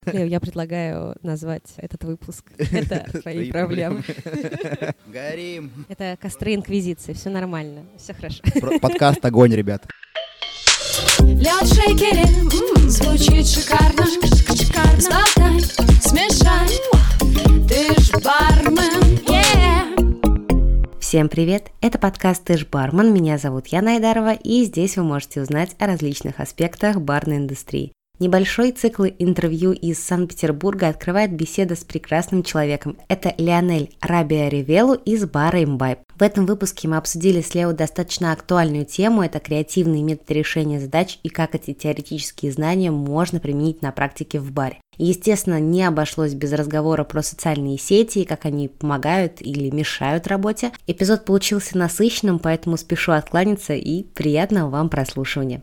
Лев, я предлагаю назвать этот выпуск «Это твои проблемы». Горим. Это костры инквизиции, все нормально, все хорошо. Подкаст «Огонь», ребят. Лед в шейкере, звучит шикарно. Сболтай, смешай, ты ж бармен, Всем привет! Это подкаст «Ты ж бармен», меня зовут Яна Айдарова, и здесь вы можете узнать о различных аспектах барной индустрии. Небольшой цикл интервью из Санкт-Петербурга открывает беседа с прекрасным человеком. Это Лионель Рабиа-Ривелу из бара «Имбайб». В этом выпуске мы обсудили с Лео достаточно актуальную тему – это креативные методы решения задач и как эти теоретические знания можно применить на практике в баре. И, естественно, не обошлось без разговора про социальные сети и как они помогают или мешают работе. Эпизод получился насыщенным, поэтому спешу откланяться и приятного вам прослушивания.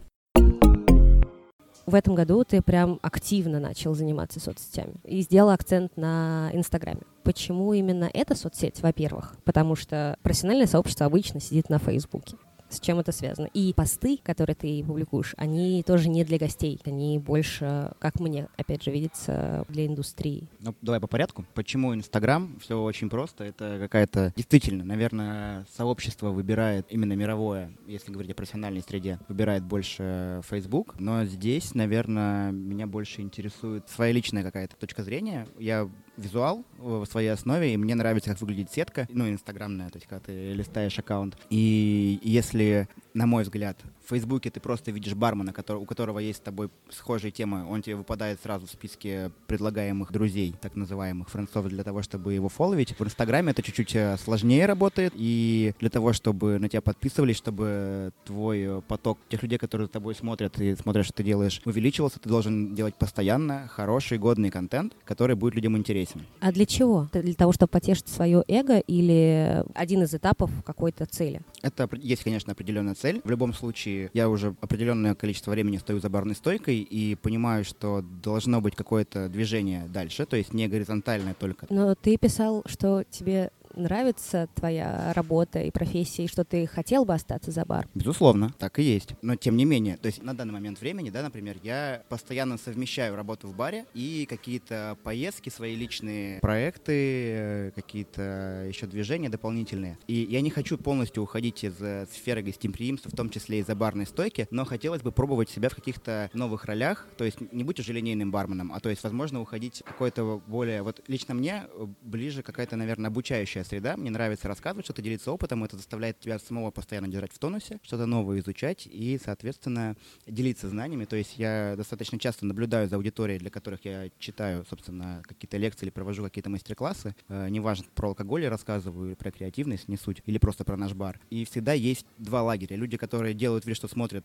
В этом году ты прям активно начал заниматься соцсетями и сделал акцент на Инстаграме. Почему именно эта соцсеть, во-первых? Потому что профессиональное сообщество обычно сидит на Фейсбуке. С чем это связано? И посты, которые ты публикуешь, они тоже не для гостей. Они больше, как мне, опять же, видится, для индустрии. Ну, давай по порядку. Почему Инстаграм? Все очень просто. Это какая-то... Действительно, наверное, сообщество выбирает именно мировое, если говорить о профессиональной среде, выбирает больше Facebook. Но здесь, наверное, меня больше интересует своя личная какая-то точка зрения. Я визуал в своей основе, и мне нравится, как выглядит сетка, инстаграмная, то есть, когда ты листаешь аккаунт. И если, на мой взгляд, в Фейсбуке ты просто видишь бармена, у которого есть с тобой схожие темы, он тебе выпадает сразу в списке предлагаемых друзей, так называемых френдсов, для того, чтобы его фолловить. В Инстаграме это чуть-чуть сложнее работает, и для того, чтобы на тебя подписывались, чтобы твой поток тех людей, которые за тобой смотрят, и смотрят, что ты делаешь, увеличивался, ты должен делать постоянно хороший, годный контент, который будет людям интересен. А для чего? Для того, чтобы потешить свое эго или один из этапов какой-то цели? Это есть, конечно, определенная цель. В любом случае, я уже определенное количество времени стою за барной стойкой и понимаю, что должно быть какое-то движение дальше, то есть не горизонтальное только. Но ты писал, что тебе нравится твоя работа и профессия, и что ты хотел бы остаться за бар? Безусловно, так и есть. Но тем не менее, то есть на данный момент времени, да, например, я постоянно совмещаю работу в баре и какие-то поездки, свои личные проекты, какие-то еще движения дополнительные. И я не хочу полностью уходить из сферы гостеприимства, в том числе и за барной стойки, но хотелось бы пробовать себя в каких-то новых ролях, то есть не быть уже линейным барменом, а то есть, возможно, уходить в какое-то более... Вот лично мне ближе какая-то, наверное, обучающая среда. Мне нравится рассказывать, что-то делиться опытом. Это заставляет тебя самого постоянно держать в тонусе, что-то новое изучать и, соответственно, делиться знаниями. То есть я достаточно часто наблюдаю за аудиторией, для которых я читаю, собственно, какие-то лекции или провожу какие-то мастер-классы. Неважно, про алкоголь я рассказываю, или про креативность, не суть, или просто про наш бар. И всегда есть два лагеря. Люди, которые делают вид, что смотрят,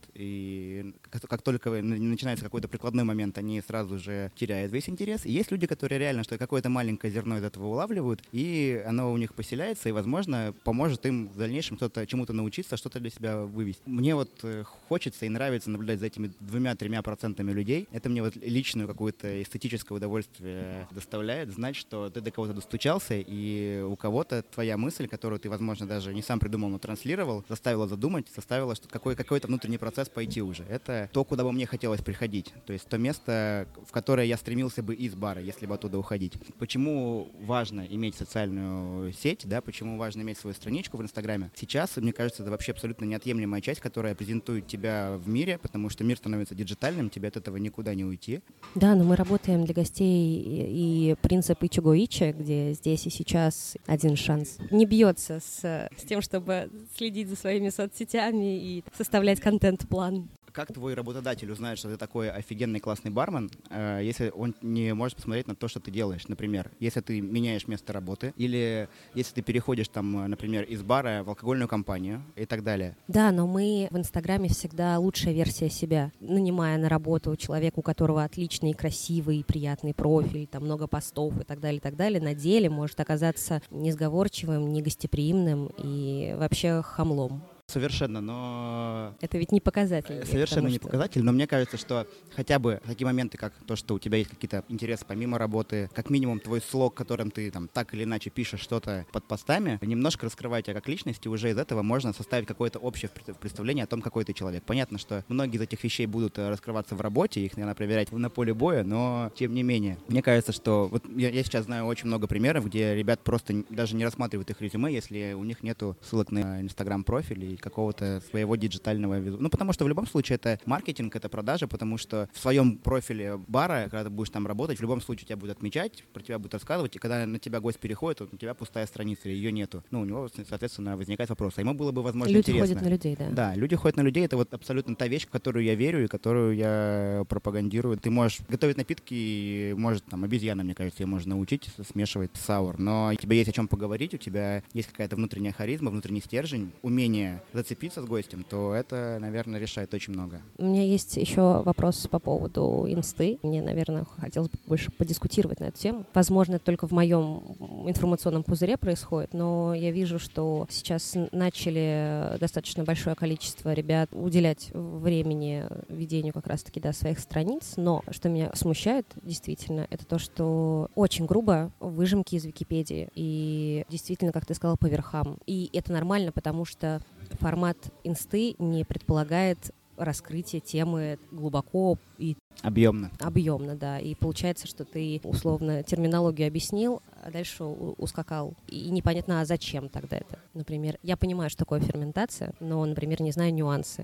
и как только начинается какой-то прикладной момент, они сразу же теряют весь интерес. И есть люди, которые реально что какое-то маленькое зерно из этого улавливают, и оно у них поселяется и, возможно, поможет им в дальнейшем чему-то научиться, что-то для себя вывести. Мне вот хочется и нравится наблюдать за этими 2-3% людей. Это мне вот личную какую-то эстетическое удовольствие доставляет, знать, что ты до кого-то достучался, и у кого-то твоя мысль, которую ты, возможно, даже не сам придумал, но транслировал, заставила задумать, заставила что какой-то внутренний процесс пойти уже. Это то, куда бы мне хотелось приходить. То есть то место, в которое я стремился бы из бара, если бы оттуда уходить. Почему важно иметь социальную сеть, да, почему важно иметь свою страничку в Инстаграме. Сейчас, мне кажется, это вообще абсолютно неотъемлемая часть, которая презентует тебя в мире, потому что мир становится диджитальным, тебе от этого никуда не уйти. Да, но мы работаем для гостей, и принцип ичиго ичи, где здесь и сейчас один шанс, не бьется с тем, чтобы следить за своими соцсетями и составлять контент-план. Как твой работодатель узнает, что ты такой офигенный классный бармен, если он не может посмотреть на то, что ты делаешь? Например, если ты меняешь место работы, или если ты переходишь там, например, из бара в алкогольную компанию и так далее. Да, но мы в Инстаграме всегда лучшая версия себя, нанимая на работу человека, у которого отличный, красивый, приятный профиль, там много постов и так далее, на деле может оказаться несговорчивым, негостеприимным и вообще хамлом. Совершенно, но... Это ведь не показатель. Совершенно не показатель, но мне кажется, что хотя бы такие моменты, как то, что у тебя есть какие-то интересы помимо работы, как минимум твой слог, которым ты там так или иначе пишешь что-то под постами, немножко раскрывая тебя как личность, и уже из этого можно составить какое-то общее представление о том, какой ты человек. Понятно, что многие из этих вещей будут раскрываться в работе, их, наверное, проверять на поле боя, но тем не менее. Мне кажется, что вот я сейчас знаю очень много примеров, где ребят просто даже не рассматривают их резюме, если у них нету ссылок на Инстаграм-профиль и какого-то своего диджитального визуала. Ну, потому что в любом случае это маркетинг, это продажа, потому что в своем профиле бара, когда ты будешь там работать, в любом случае тебя будут отмечать, про тебя будут рассказывать, и когда на тебя гость переходит, то у тебя пустая страница, ее нету. Ну, у него, соответственно, возникает вопрос. А ему было бы, возможно, люди интересно. Люди ходят на людей, да? Да, люди ходят на людей. Это вот абсолютно та вещь, в которую я верю и которую я пропагандирую. Ты можешь готовить напитки, и, может, там, обезьяна, мне кажется, ее можно научить смешивать саур, но у тебя есть о чем поговорить, у тебя есть какая-то внутренняя харизма, внутренний стержень, умение зацепиться с гостем, то это, наверное, решает очень много. У меня есть еще вопрос по поводу инсты. Мне, наверное, хотелось бы больше подискутировать на эту тему. Возможно, это только в моем информационном пузыре происходит, но я вижу, что сейчас начали достаточно большое количество ребят уделять времени ведению как раз-таки, да, своих страниц, но что меня смущает действительно, это то, что очень грубо выжимки из Википедии и действительно, как ты сказала, по верхам. И это нормально, потому что формат инсты не предполагает раскрытие темы глубоко и объемно, да. И получается, что ты условно терминологию объяснил, а дальше ускакал. И непонятно, а зачем тогда это. Например, я понимаю, что такое ферментация, но, например, не знаю нюансы.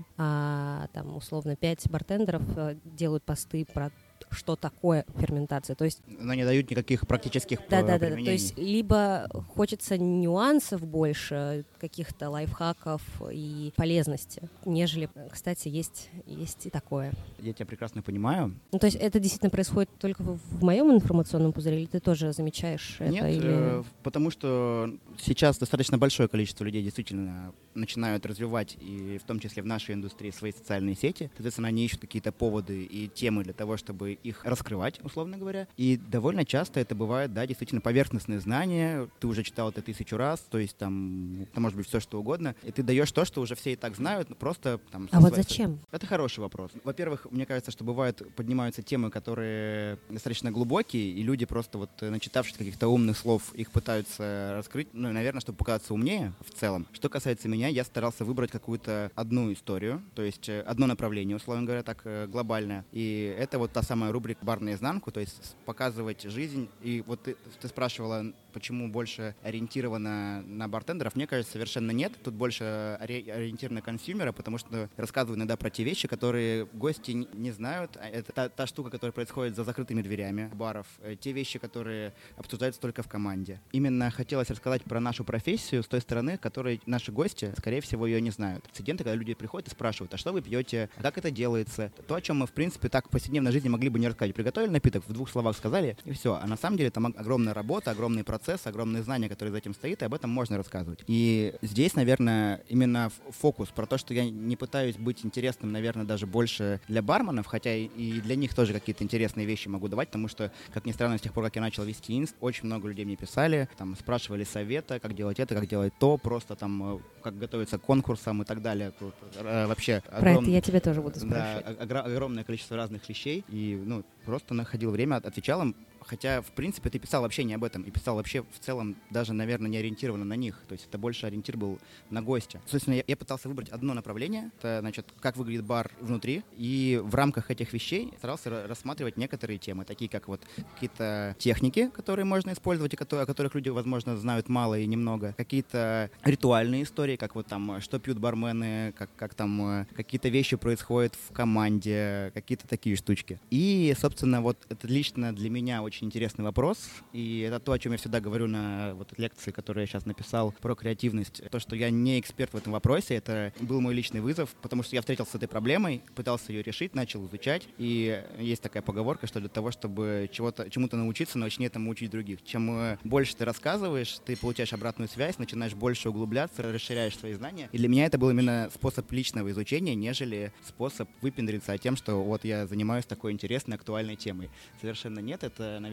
А там условно 5 бартендеров делают посты про что такое ферментация. То есть... Но не дают никаких практических применений. То есть либо хочется нюансов больше, каких-то лайфхаков и полезности, нежели, кстати, есть и такое. Я тебя прекрасно понимаю. Ну, то есть это действительно происходит только в моем информационном пузыре, или ты тоже замечаешь это? Нет, или... потому что сейчас достаточно большое количество людей действительно начинают развивать, и в том числе в нашей индустрии, свои социальные сети. Соответственно, они ищут какие-то поводы и темы для того, чтобы их раскрывать, условно говоря. И довольно часто это бывает, да, действительно поверхностные знания. Ты уже читал это 1000 раз, то есть там, это может быть все что угодно. И ты даешь то, что уже все и так знают, просто там... А вот зачем? Это хороший вопрос. Во-первых, мне кажется, что бывают, поднимаются темы, которые достаточно глубокие, и люди просто вот, начитавшись каких-то умных слов, их пытаются раскрыть, ну, наверное, чтобы показаться умнее в целом. Что касается меня, я старался выбрать какую-то одну историю, то есть одно направление, условно говоря, так глобальное. И это вот та самая рубрика «Бар наизнанку», то есть показывать жизнь. И вот ты спрашивала, почему больше ориентировано на бартендеров. Мне кажется, совершенно нет. Тут больше ориентировано на консюмера, потому что рассказываю иногда про те вещи, которые гости не знают. Это та штука, которая происходит за закрытыми дверями баров. Те вещи, которые обсуждаются только в команде. Именно хотелось рассказать про нашу профессию с той стороны, которой наши гости, скорее всего, ее не знают. Студенты, когда люди приходят и спрашивают, а что вы пьете, а как это делается? То, о чем мы, в принципе, так в повседневной жизни могли бы не рассказать. Приготовили напиток, в 2 словах сказали, и все. А на самом деле там огромная работа, огромный процесс, огромные знания, которые за этим стоит, и об этом можно рассказывать. И здесь, наверное, именно фокус про то, что я не пытаюсь быть интересным, наверное, даже больше для барменов, хотя и для них тоже какие-то интересные вещи могу давать, потому что, как ни странно, с тех пор, как я начал вести инст, очень много людей мне писали, там, спрашивали совета, как делать это, как делать то, просто там, как готовиться к конкурсам и так далее. Тут, вообще про это я тебя тоже буду спрашивать. Да, огромное количество разных вещей, и, ну, просто находил время, отвечал им. Хотя, в принципе, ты писал вообще не об этом, и писал вообще в целом даже, наверное, не ориентированно на них. То есть это больше ориентир был на гостя. Собственно, я пытался выбрать одно направление, это, значит, как выглядит бар внутри, и в рамках этих вещей старался рассматривать некоторые темы, такие как вот какие-то техники, которые можно использовать, и о которых люди, возможно, знают мало и немного, какие-то ритуальные истории, как вот там, что пьют бармены, как там какие-то вещи происходят в команде, какие-то такие штучки. И, собственно, вот это лично для меня очень интересный вопрос, и это то, о чем я всегда говорю на вот лекции, которые я сейчас написал про креативность. То, что я не эксперт в этом вопросе, это был мой личный вызов, потому что я встретился с этой проблемой, пытался ее решить, начал изучать, и есть такая поговорка, что для того, чтобы чему-то научиться, начни этому учить других. Чем больше ты рассказываешь, ты получаешь обратную связь, начинаешь больше углубляться, расширяешь свои знания. И для меня это был именно способ личного изучения, нежели способ выпендриться тем, что вот я занимаюсь такой интересной, актуальной темой. Совершенно нет, это, наверное,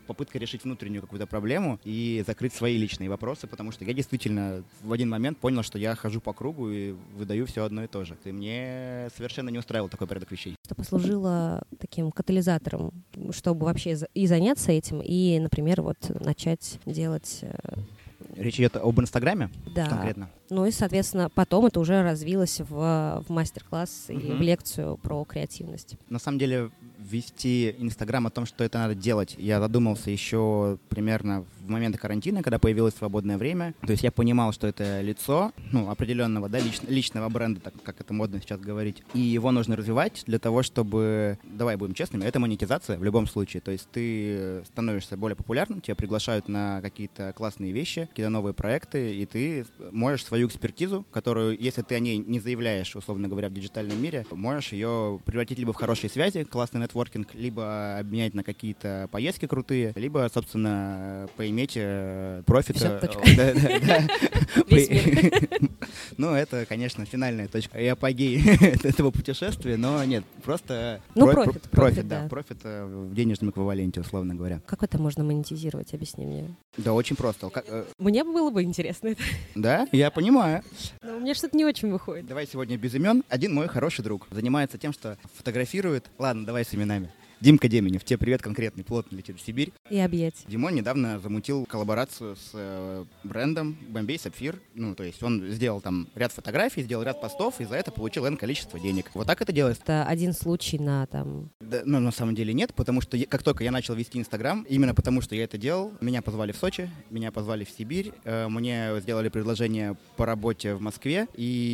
попытка решить внутреннюю какую-то проблему и закрыть свои личные вопросы, потому что я действительно в один момент понял, что я хожу по кругу и выдаю все одно и то же. И мне совершенно не устраивал такой порядок вещей. Что послужило таким катализатором, чтобы вообще и заняться этим, и, например, вот начать делать... Речь идет об Инстаграме? Да. Конкретно? Ну и, соответственно, потом это уже развилось в мастер-класс и в лекцию про креативность. На самом деле, вести Инстаграм о том, что это надо делать, я задумался еще примерно в момент карантина, когда появилось свободное время. То есть я понимал, что это лицо, определенного, да, личного бренда, так как это модно сейчас говорить. И его нужно развивать для того, чтобы, давай будем честными, это монетизация в любом случае. То есть ты становишься более популярным, тебя приглашают на какие-то классные вещи, какие-то новые проекты, и ты можешь свою экспертизу, которую, если ты о ней не заявляешь, условно говоря, в диджитальном мире, можешь ее превратить либо в хорошие связи, классный нетворкинг, либо обменять на какие-то поездки крутые, либо, собственно, поиметь профита. Ну, это, конечно, финальная точка и апогей этого путешествия, но нет, просто профит, да, профит в денежном эквиваленте, условно говоря. Как это можно монетизировать? Объясни мне. Да, очень просто. Мне было бы интересно это. Да, я понимаю. Но у меня что-то не очень выходит. Давай сегодня без имен. Один мой хороший друг занимается тем, что фотографирует. Ладно, давай с именами. Димка Деменев, тебе привет конкретный, плотно летит в Сибирь. И объять. Димон недавно замутил коллаборацию с брендом Bombay Sapphire. Ну, то есть он сделал там ряд фотографий, сделал ряд постов, и за это получил N количество денег. Вот так это делается. Это один случай на там... Да, но на самом деле нет, потому что как только я начал вести Инстаграм, именно потому что я это делал, меня позвали в Сочи, меня позвали в Сибирь, мне сделали предложение по работе в Москве,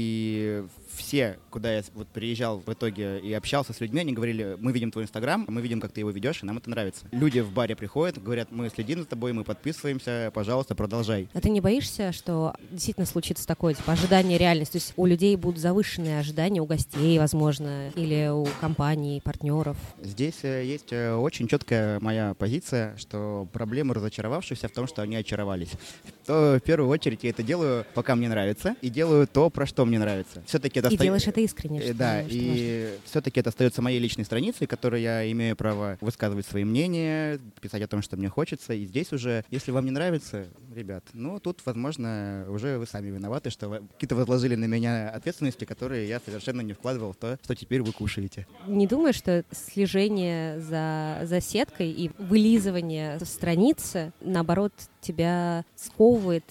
и все, куда я вот приезжал в итоге и общался с людьми, они говорили: мы видим твой Инстаграм, мы видим, как ты его ведешь, и нам это нравится. Люди в баре приходят, говорят: мы следим за тобой, мы подписываемся, пожалуйста, продолжай. А ты не боишься, что действительно случится такое, типа, ожидание реальности? То есть у людей будут завышенные ожидания, у гостей, возможно, или у компаний, партнеров? Здесь есть очень четкая моя позиция, что проблема разочаровавшихся в том, что они очаровались. То в первую очередь я это делаю, пока мне нравится, и делаю то, про что мне нравится. Все-таки это делаешь это искренне. Да, и все-таки это остается моей личной страницей, которой я имею право высказывать свои мнения, писать о том, что мне хочется. И здесь уже, если вам не нравится, ребят, ну тут, возможно, уже вы сами виноваты, что какие-то возложили на меня ответственности, которые я совершенно не вкладывал в то, что теперь вы кушаете. Не думаешь, что слежение за сеткой и вылизывание страницы, наоборот, тебя сковывает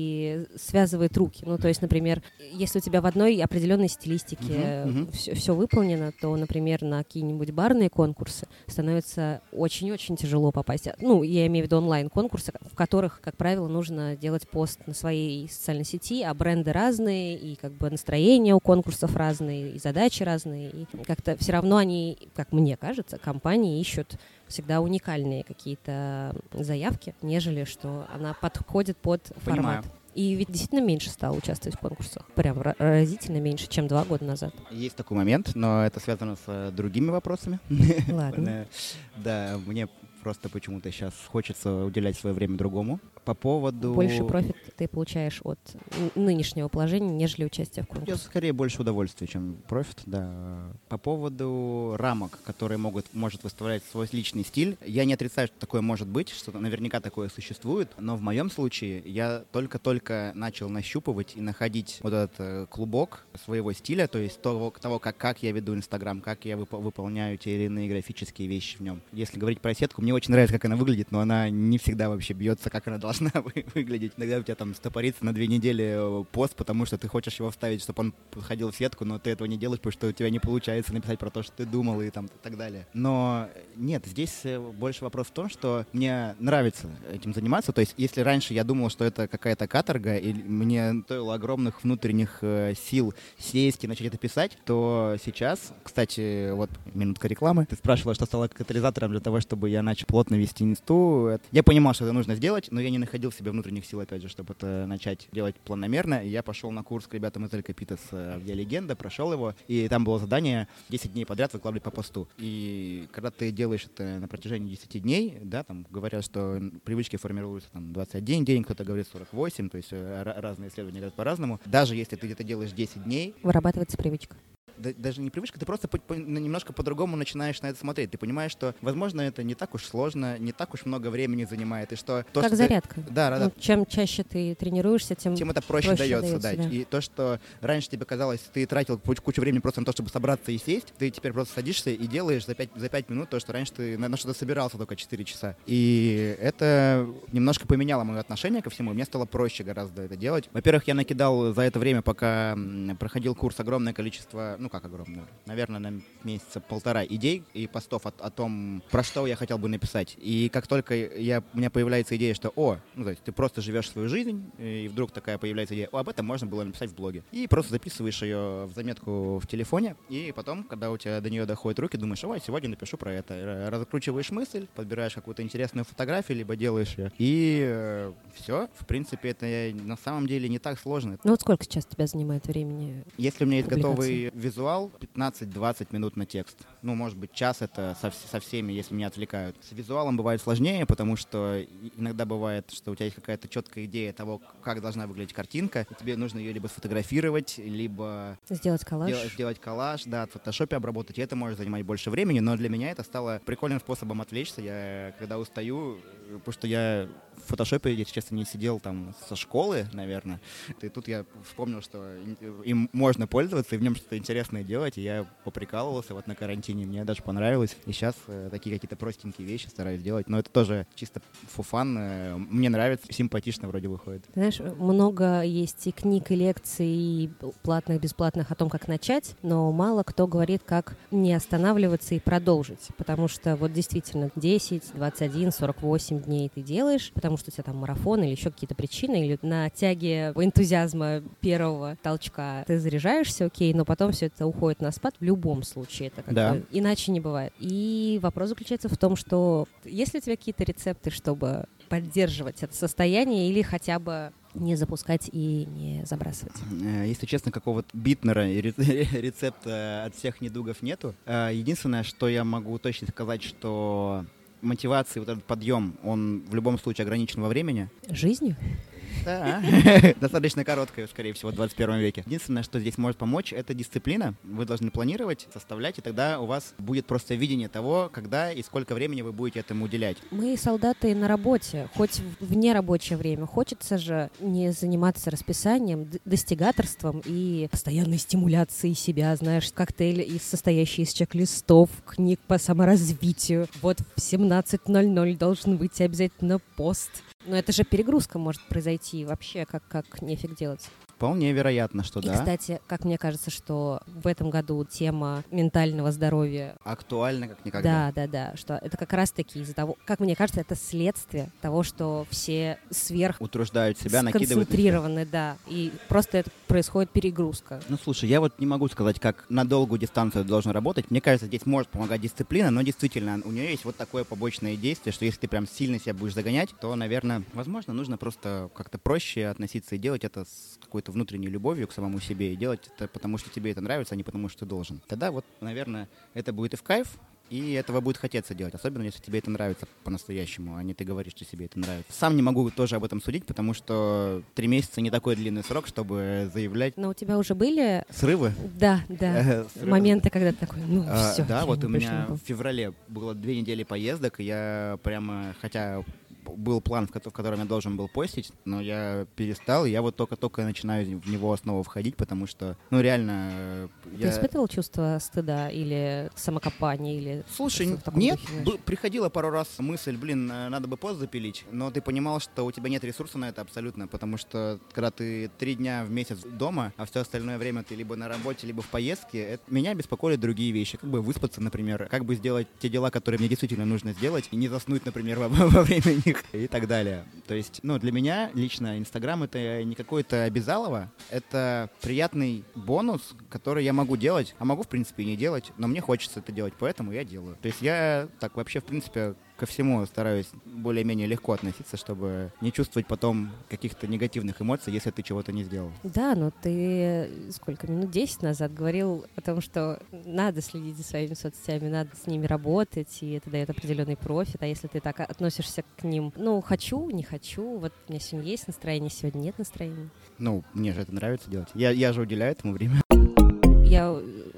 и связывает руки? Ну, то есть, например, если у тебя в одной определенной стилистике все выполнено, то, например, на какие-нибудь барные конкурсы становится очень-очень тяжело попасть. Ну, я имею в виду онлайн-конкурсы, в которых, как правило, нужно делать пост на своей социальной сети, а бренды разные, и как бы настроения у конкурсов разные, и задачи разные. И как-то все равно они, как мне кажется, компании ищут всегда уникальные какие-то заявки, нежели что она подходит под формат. И ведь действительно меньше стало участвовать в конкурсах. Прям разительно меньше, чем 2 года назад. Есть такой момент, но это связано с другими вопросами. Ладно. Да, мне просто почему-то сейчас хочется уделять свое время другому. По поводу... Больше профит ты получаешь от нынешнего положения, нежели участия в конкурсе. Я скорее больше удовольствия, чем профит, да. По поводу рамок, которые может выставлять свой личный стиль, я не отрицаю, что такое может быть, что наверняка такое существует, но в моем случае я только начал нащупывать и находить вот этот клубок своего стиля, то есть того как я веду Инстаграм, как я выполняю те или иные графические вещи в нем. Если говорить про сетку, мне очень нравится, как она выглядит, но она не всегда вообще бьется, как она должна выглядеть. Иногда у тебя там стопорится на 2 недели пост, потому что ты хочешь его вставить, чтобы он подходил в сетку, но ты этого не делаешь, потому что у тебя не получается написать про то, что ты думал и там и так далее. Но нет, здесь больше вопрос в том, что мне нравится этим заниматься. То есть если раньше я думал, что это какая-то каторга, и мне стоило огромных внутренних сил сесть и начать это писать, то сейчас, кстати, вот минутка рекламы. Ты спрашивала, что стало катализатором для того, чтобы я начал плотно вести инсту. Я понимал, что это нужно сделать, но я не находил в себе внутренних сил, опять же, чтобы это начать делать планомерно. И я пошел на курс к ребятам из Эль Капитас «Я легенда», прошел его, и там было задание 10 дней подряд выкладывать по посту. И когда ты делаешь это на протяжении 10 дней, да, там говорят, что привычки формируются там 21 день, кто-то говорит 48, то есть разные исследования говорят по-разному. Даже если ты это делаешь 10 дней... Вырабатывается привычка. даже не привычка, ты просто немножко по-другому начинаешь на это смотреть. Ты понимаешь, что, возможно, это не так уж сложно, не так уж много времени занимает, и что... Как зарядка. Да. Чем чаще ты тренируешься, тем это проще дается, да. Да. И то, что раньше тебе казалось, ты тратил кучу времени просто на то, чтобы собраться и сесть, ты теперь просто садишься и делаешь за 5 минут то, что раньше ты на что-то собирался только 4 часа. И это немножко поменяло мое отношение ко всему, мне стало проще гораздо это делать. Во-первых, я накидал за это время, пока проходил курс, огромное количество, огромное, наверное, на месяца 1,5 идей и постов о том, про что я хотел бы написать. И как только у меня появляется идея, что, то есть ты просто живешь свою жизнь, и вдруг такая появляется идея, об этом можно было написать в блоге. И просто записываешь ее в заметку в телефоне, и потом, когда у тебя до нее доходят руки, думаешь, сегодня напишу про это. Раскручиваешь мысль, подбираешь какую-то интересную фотографию, либо делаешь ее. И все. В принципе, это на самом деле не так сложно. Ну вот сколько сейчас тебя занимает времени? Если у меня есть готовый визуал, 15-20 минут на текст. Может быть, час это со всеми, если меня отвлекают. С визуалом бывает сложнее, потому что иногда бывает, что у тебя есть какая-то четкая идея того, как должна выглядеть картинка, и тебе нужно ее либо сфотографировать, либо сделать коллаж, да, в фотошопе обработать, и это может занимать больше времени, но для меня это стало прикольным способом отвлечься. Я, когда устаю, потому что я в фотошопе, если честно, не сидел там со школы, наверное, и тут я вспомнил, что им можно пользоваться, и в нем что-то интересное делать, и я поприкалывался на карантине, мне даже понравилось, и сейчас такие какие-то простенькие вещи стараюсь делать, но это тоже чисто фан, мне нравится, симпатично вроде выходит. Знаешь, много есть и книг, и лекций, и платных, бесплатных о том, как начать, но мало кто говорит, как не останавливаться и продолжить, потому что вот действительно 10, 21, 48 дней ты делаешь, потому что у тебя там марафон или еще какие-то причины, или на тяге энтузиазма первого толчка ты заряжаешься, окей, но потом все это уходит на спад в любом случае, это как бы иначе не бывает. И вопрос заключается в том, что есть ли у тебя какие-то рецепты, чтобы поддерживать это состояние или хотя бы не запускать и не забрасывать? Если честно, какого-то битнера и рецепта от всех недугов нету. Единственное, что я могу точно сказать, что мотивации, вот этот подъем, он в любом случае ограничен во времени. Жизнью? Да, достаточно короткая, скорее всего, в 21 веке. Единственное, что здесь может помочь, это дисциплина. Вы должны планировать, составлять, и тогда у вас будет просто видение того, когда и сколько времени вы будете этому уделять. Мы солдаты на работе, хоть в нерабочее время. Хочется же не заниматься расписанием, достигаторством и постоянной стимуляцией себя, знаешь, коктейль, состоящий из чек-листов, книг по саморазвитию. Вот в 17:00 должен быть обязательно пост. Но это же перегрузка может произойти вообще, как нефиг делать. Вполне вероятно, что и, да. Кстати, как мне кажется, что в этом году тема ментального здоровья актуальна как никогда. Да, что это как раз-таки из-за того, как мне кажется, это следствие того, что все утруждают себя, накидывают сконцентрированы, да, и просто это происходит перегрузка. Слушай, я вот не могу сказать, как на долгую дистанцию это должно работать. Мне кажется, здесь может помогать дисциплина, но действительно, у нее есть вот такое побочное действие, что если ты прям сильно себя будешь загонять, то, наверное, возможно, нужно просто как-то проще относиться и делать это с какой-то внутренней любовью к самому себе и делать это потому, что тебе это нравится, а не потому, что ты должен. Тогда вот, наверное, это будет и в кайф, и этого будет хотеться делать, особенно если тебе это нравится по-настоящему, а не ты говоришь, что тебе это нравится. Сам не могу тоже об этом судить, потому что 3 месяца не такой длинный срок, чтобы заявлять. Но у тебя уже были... Срывы? Да. Моменты, когда ты такой, все. Да, вот у меня в феврале было 2 недели поездок, и я прямо, хотя... был план, в котором я должен был постить, но я перестал, и я вот только начинаю в него снова входить, потому что, реально... Ты испытывал чувство стыда или самокопания, или... Слушай, нет, приходила пару раз мысль, надо бы пост запилить, но ты понимал, что у тебя нет ресурса на это абсолютно, потому что, когда ты 3 дня в месяц дома, а все остальное время ты либо на работе, либо в поездке, меня беспокоят другие вещи, как бы выспаться, например, как бы сделать те дела, которые мне действительно нужно сделать, и не заснуть, например, во время них. И так далее. То есть, для меня лично Инстаграм — это не какое-то обязалово, это приятный бонус, который я могу делать, а могу, в принципе, и не делать, но мне хочется это делать, поэтому я делаю. То есть я так вообще, в принципе, ко всему стараюсь более-менее легко относиться, чтобы не чувствовать потом каких-то негативных эмоций, если ты чего-то не сделал. Да, но ты минут 10 назад говорил о том, что надо следить за своими соцсетями, надо с ними работать, и это дает определенный профит, а если ты так относишься к ним, хочу, не хочу, вот у меня сегодня есть настроение, сегодня нет настроения. Мне же это нравится делать. Я же уделяю этому время. Я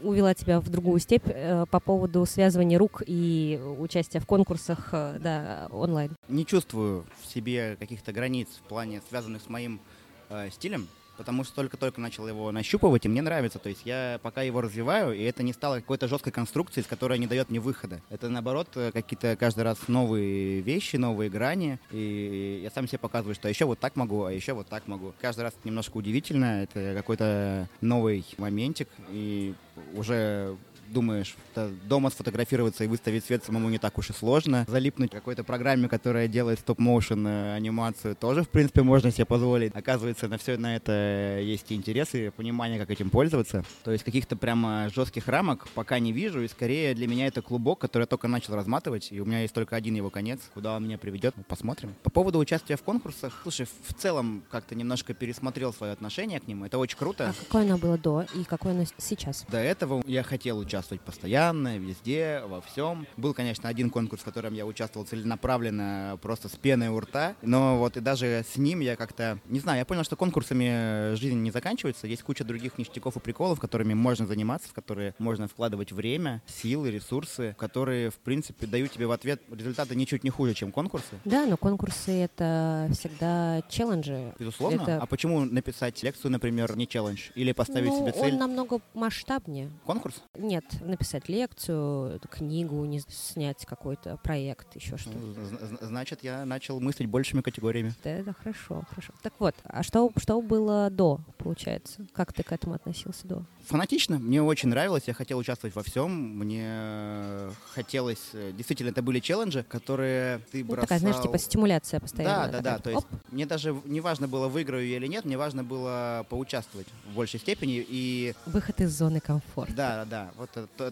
увела тебя в другую степь по поводу связывания рук и участия в конкурсах, да, онлайн. Не чувствую в себе каких-то границ в плане, связанных с моим стилем, потому что только-только начал его нащупывать, и мне нравится. То есть я пока его развиваю, и это не стало какой-то жесткой конструкцией, с которой не дает мне выхода. Это, наоборот, какие-то каждый раз новые вещи, новые грани, и я сам себе показываю, что еще вот так могу, а еще вот так могу. Каждый раз это немножко удивительно, это какой-то новый моментик, и уже думаешь, дома сфотографироваться и выставить свет самому не так уж и сложно. Залипнуть в какой-то программе, которая делает стоп-моушен анимацию, тоже, в принципе, можно себе позволить. Оказывается, на все на это есть и интерес, и понимание, как этим пользоваться. То есть каких-то прямо жестких рамок пока не вижу, и скорее для меня это клубок, который я только начал разматывать, и у меня есть только один его конец. Куда он меня приведет, посмотрим. По поводу участия в конкурсах, слушай, в целом как-то немножко пересмотрел свое отношение к нему. Это очень круто. А какое оно было до и какое оно сейчас? До этого я хотел участвовать постоянно, везде, во всем. Был, конечно, один конкурс, в котором я участвовал целенаправленно, просто с пеной у рта, но вот и даже с ним я как-то, не знаю, я понял, что конкурсами жизнь не заканчивается, есть куча других ништяков и приколов, которыми можно заниматься, в которые можно вкладывать время, силы, ресурсы, которые, в принципе, дают тебе в ответ результаты ничуть не хуже, чем конкурсы. Да, но конкурсы — это всегда челленджи. Безусловно. Это... А почему написать лекцию, например, не челлендж? Или поставить себе цель? Он намного масштабнее. Конкурс? Нет, написать лекцию, книгу, не снять какой-то проект, еще что-то. Значит, я начал мыслить большими категориями. Да, это хорошо, хорошо. Так вот, а что было до, получается? Как ты к этому относился до? Фанатично. Мне очень нравилось, я хотел участвовать во всем. Мне хотелось... Действительно, это были челленджи, которые ты бросал... Такая, знаешь, типа стимуляция постоянно. Да. То есть мне даже не важно было, выиграю я или нет, мне важно было поучаствовать в большей степени. И... Выход из зоны комфорта. Да. Вот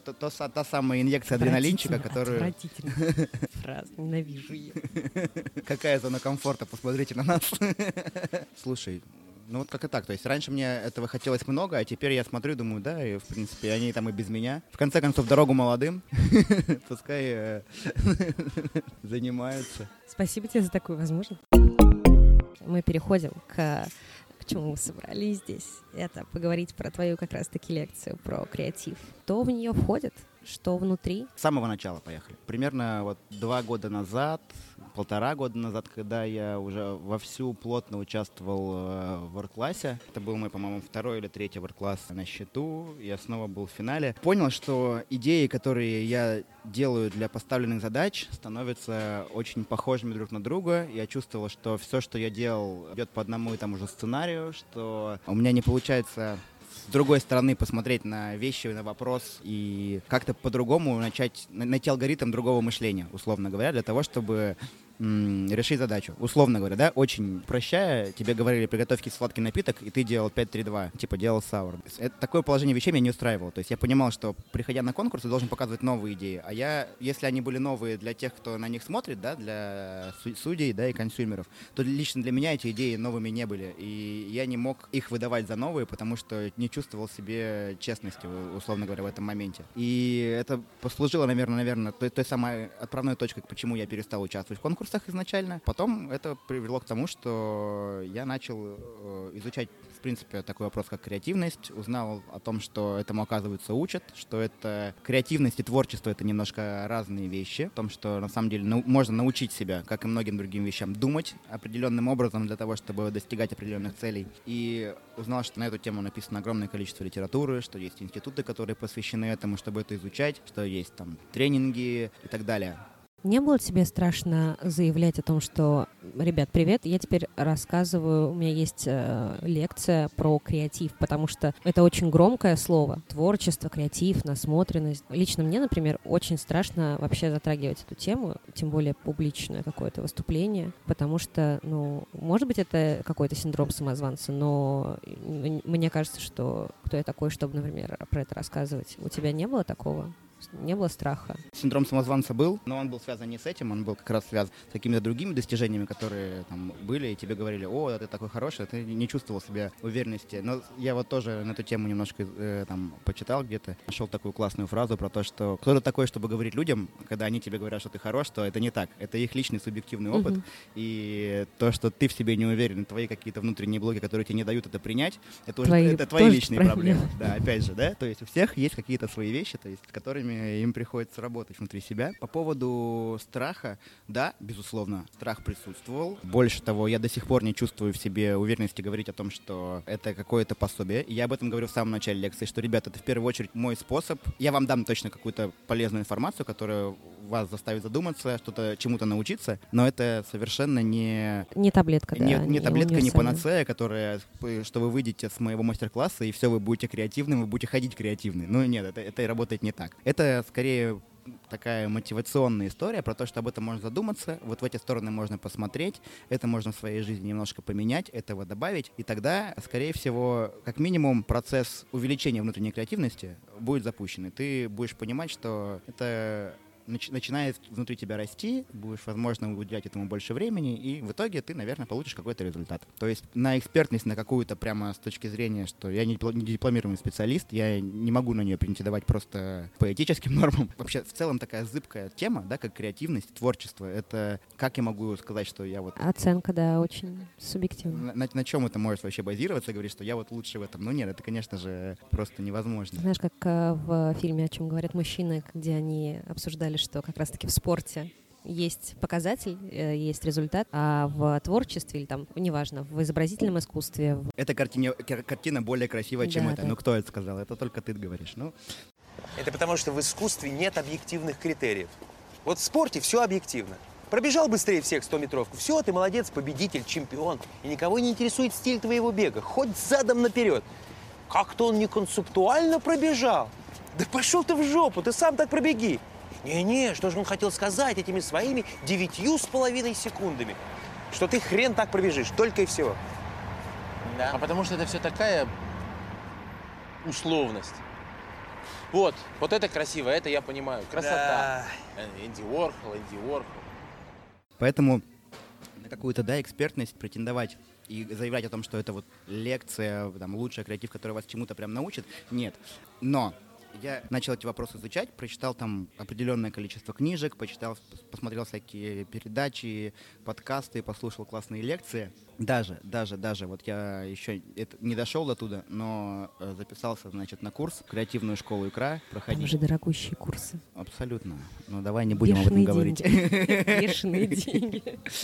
та самая инъекция адреналинчика, которую... Отвратительная фраза. Ненавижу ее. Какая зона комфорта? Посмотрите на нас. Слушай, ну вот как и так. То есть раньше мне этого хотелось много, а теперь я смотрю, думаю, да, и в принципе они там и без меня. В конце концов, дорогу молодым. Пускай занимаются. Спасибо тебе за такую возможность. Мы переходим к чему мы собрались здесь. Это поговорить про твою как раз-таки лекцию про креатив. Что в нее входит? Что внутри? С самого начала поехали. Примерно вот 2 года назад, 1,5 года назад, когда я уже вовсю плотно участвовал в ворк-классе, это был мой, по-моему, 2-й или 3-й ворк-класс на счету, я снова был в финале, понял, что идеи, которые я делаю для поставленных задач, становятся очень похожими друг на друга. Я чувствовал, что все, что я делал, идет по одному и тому же сценарию, что у меня не получается с другой стороны посмотреть на вещи, на вопрос и как-то по-другому найти алгоритм другого мышления, условно говоря, для того, чтобы решить задачу. Условно говоря, да, очень прощая, тебе говорили, приготовь сладкий напиток, и ты делал 5-3-2, типа делал саур. Такое положение вещей меня не устраивало. То есть я понимал, что, приходя на конкурс, ты должен показывать новые идеи. А если они были новые для тех, кто на них смотрит, да, для судей, да, и консюмеров, то лично для меня эти идеи новыми не были. И я не мог их выдавать за новые, потому что не чувствовал себе честности, условно говоря, в этом моменте. И это послужило, наверное, той самой отправной точкой, почему я перестал участвовать в конкурсе изначально. Потом это привело к тому, что я начал изучать, в принципе, такой вопрос, как креативность. Узнал о том, что этому, оказывается, учат, что это креативность и творчество — это немножко разные вещи. В том, что, на самом деле, можно научить себя, как и многим другим вещам, думать определенным образом для того, чтобы достигать определенных целей. И узнал, что на эту тему написано огромное количество литературы, что есть институты, которые посвящены этому, чтобы это изучать, что есть там тренинги и так далее. Не было тебе страшно заявлять о том, что, ребят, привет, я теперь рассказываю, у меня есть лекция про креатив, потому что это очень громкое слово. Творчество, креатив, насмотренность. Лично мне, например, очень страшно вообще затрагивать эту тему, тем более публичное какое-то выступление, потому что, может быть, это какой-то синдром самозванца, но мне кажется, что кто я такой, чтобы, например, про это рассказывать. У тебя не было такого? не было страха? Синдром самозванца был, но он был связан не с этим, он был как раз связан с какими-то другими достижениями, которые там были, и тебе говорили: о, ты такой хороший, а ты не чувствовал себя уверенности. Но я вот тоже на эту тему немножко там почитал где-то, нашел такую классную фразу про то, что кто-то такой, чтобы говорить людям, когда они тебе говорят, что ты хорош, то это не так. Это их личный субъективный опыт, и то, что ты в себе не уверен, твои какие-то внутренние блоки, которые тебе не дают это принять, это уже это твои личные проблемы. Да, опять же, да, то есть у всех есть какие-то свои вещи, то есть, с которыми им приходится работать внутри себя. По поводу страха, да, безусловно, страх присутствовал. Больше того, я до сих пор не чувствую в себе уверенности говорить о том, что это какое-то пособие. Я об этом говорю в самом начале лекции, что, ребята, это в первую очередь мой способ. Я вам дам точно какую-то полезную информацию, которая вас заставит задуматься, что-то чему-то научиться, но это совершенно не таблетка, да, не таблетка, не панацея, которая, что вы выйдете с моего мастер-класса и все, вы будете креативным, вы будете ходить креативны. Ну нет, это работает не так. Это скорее такая мотивационная история про то, что об этом можно задуматься, вот в эти стороны можно посмотреть, это можно в своей жизни немножко поменять, этого добавить, и тогда, скорее всего, как минимум, процесс увеличения внутренней креативности будет запущен, и ты будешь понимать, что это начинает внутри тебя расти, будешь, возможно, уделять этому больше времени, и в итоге ты, наверное, получишь какой-то результат. То есть на экспертность, на какую-то прямо с точки зрения, что я не дипломированный специалист, я не могу на нее претендовать просто по этическим нормам. Вообще, в целом, такая зыбкая тема, да, как креативность, творчество, это как я могу сказать, что я вот... Оценка, да, очень субъективна. На чем это может вообще базироваться, говорить, что я вот лучше в этом? Ну нет, это, конечно же, просто невозможно. Знаешь, как в фильме «О чем говорят мужчины», где они обсуждали, что как раз-таки в спорте есть показатель, есть результат, а в творчестве или там, неважно, в изобразительном искусстве... Эта картина более красивая, чем да, это. Да. Ну, кто это сказал? Это только ты говоришь. Ну. Это потому, что в искусстве нет объективных критериев. Вот в спорте все объективно. Пробежал быстрее всех 100-метровку, все, ты молодец, победитель, чемпион. И никого не интересует стиль твоего бега, хоть задом наперед. Как-то он не концептуально пробежал. Да пошел ты в жопу, ты сам так пробеги. Не-не, что же он хотел сказать этими своими 9,5 секундами? Что ты хрен так пробежишь, только и всего. Да. А потому что это все такая условность. Вот это красиво, это я понимаю. Красота. Да. Энди Уорхол. Поэтому на какую-то, да, экспертность претендовать и заявлять о том, что это вот лекция, там, лучшая креатив, которая вас чему-то прям научит, нет. Но я начал эти вопросы изучать, прочитал там определенное количество книжек, посмотрел всякие передачи, подкасты, послушал классные лекции. Даже, вот я еще не дошел до туда, но записался, значит, на курс «Креативную школу икра» проходить. Там же дорогущие курсы. Абсолютно. Но давай не будем об этом говорить. Бешеные деньги.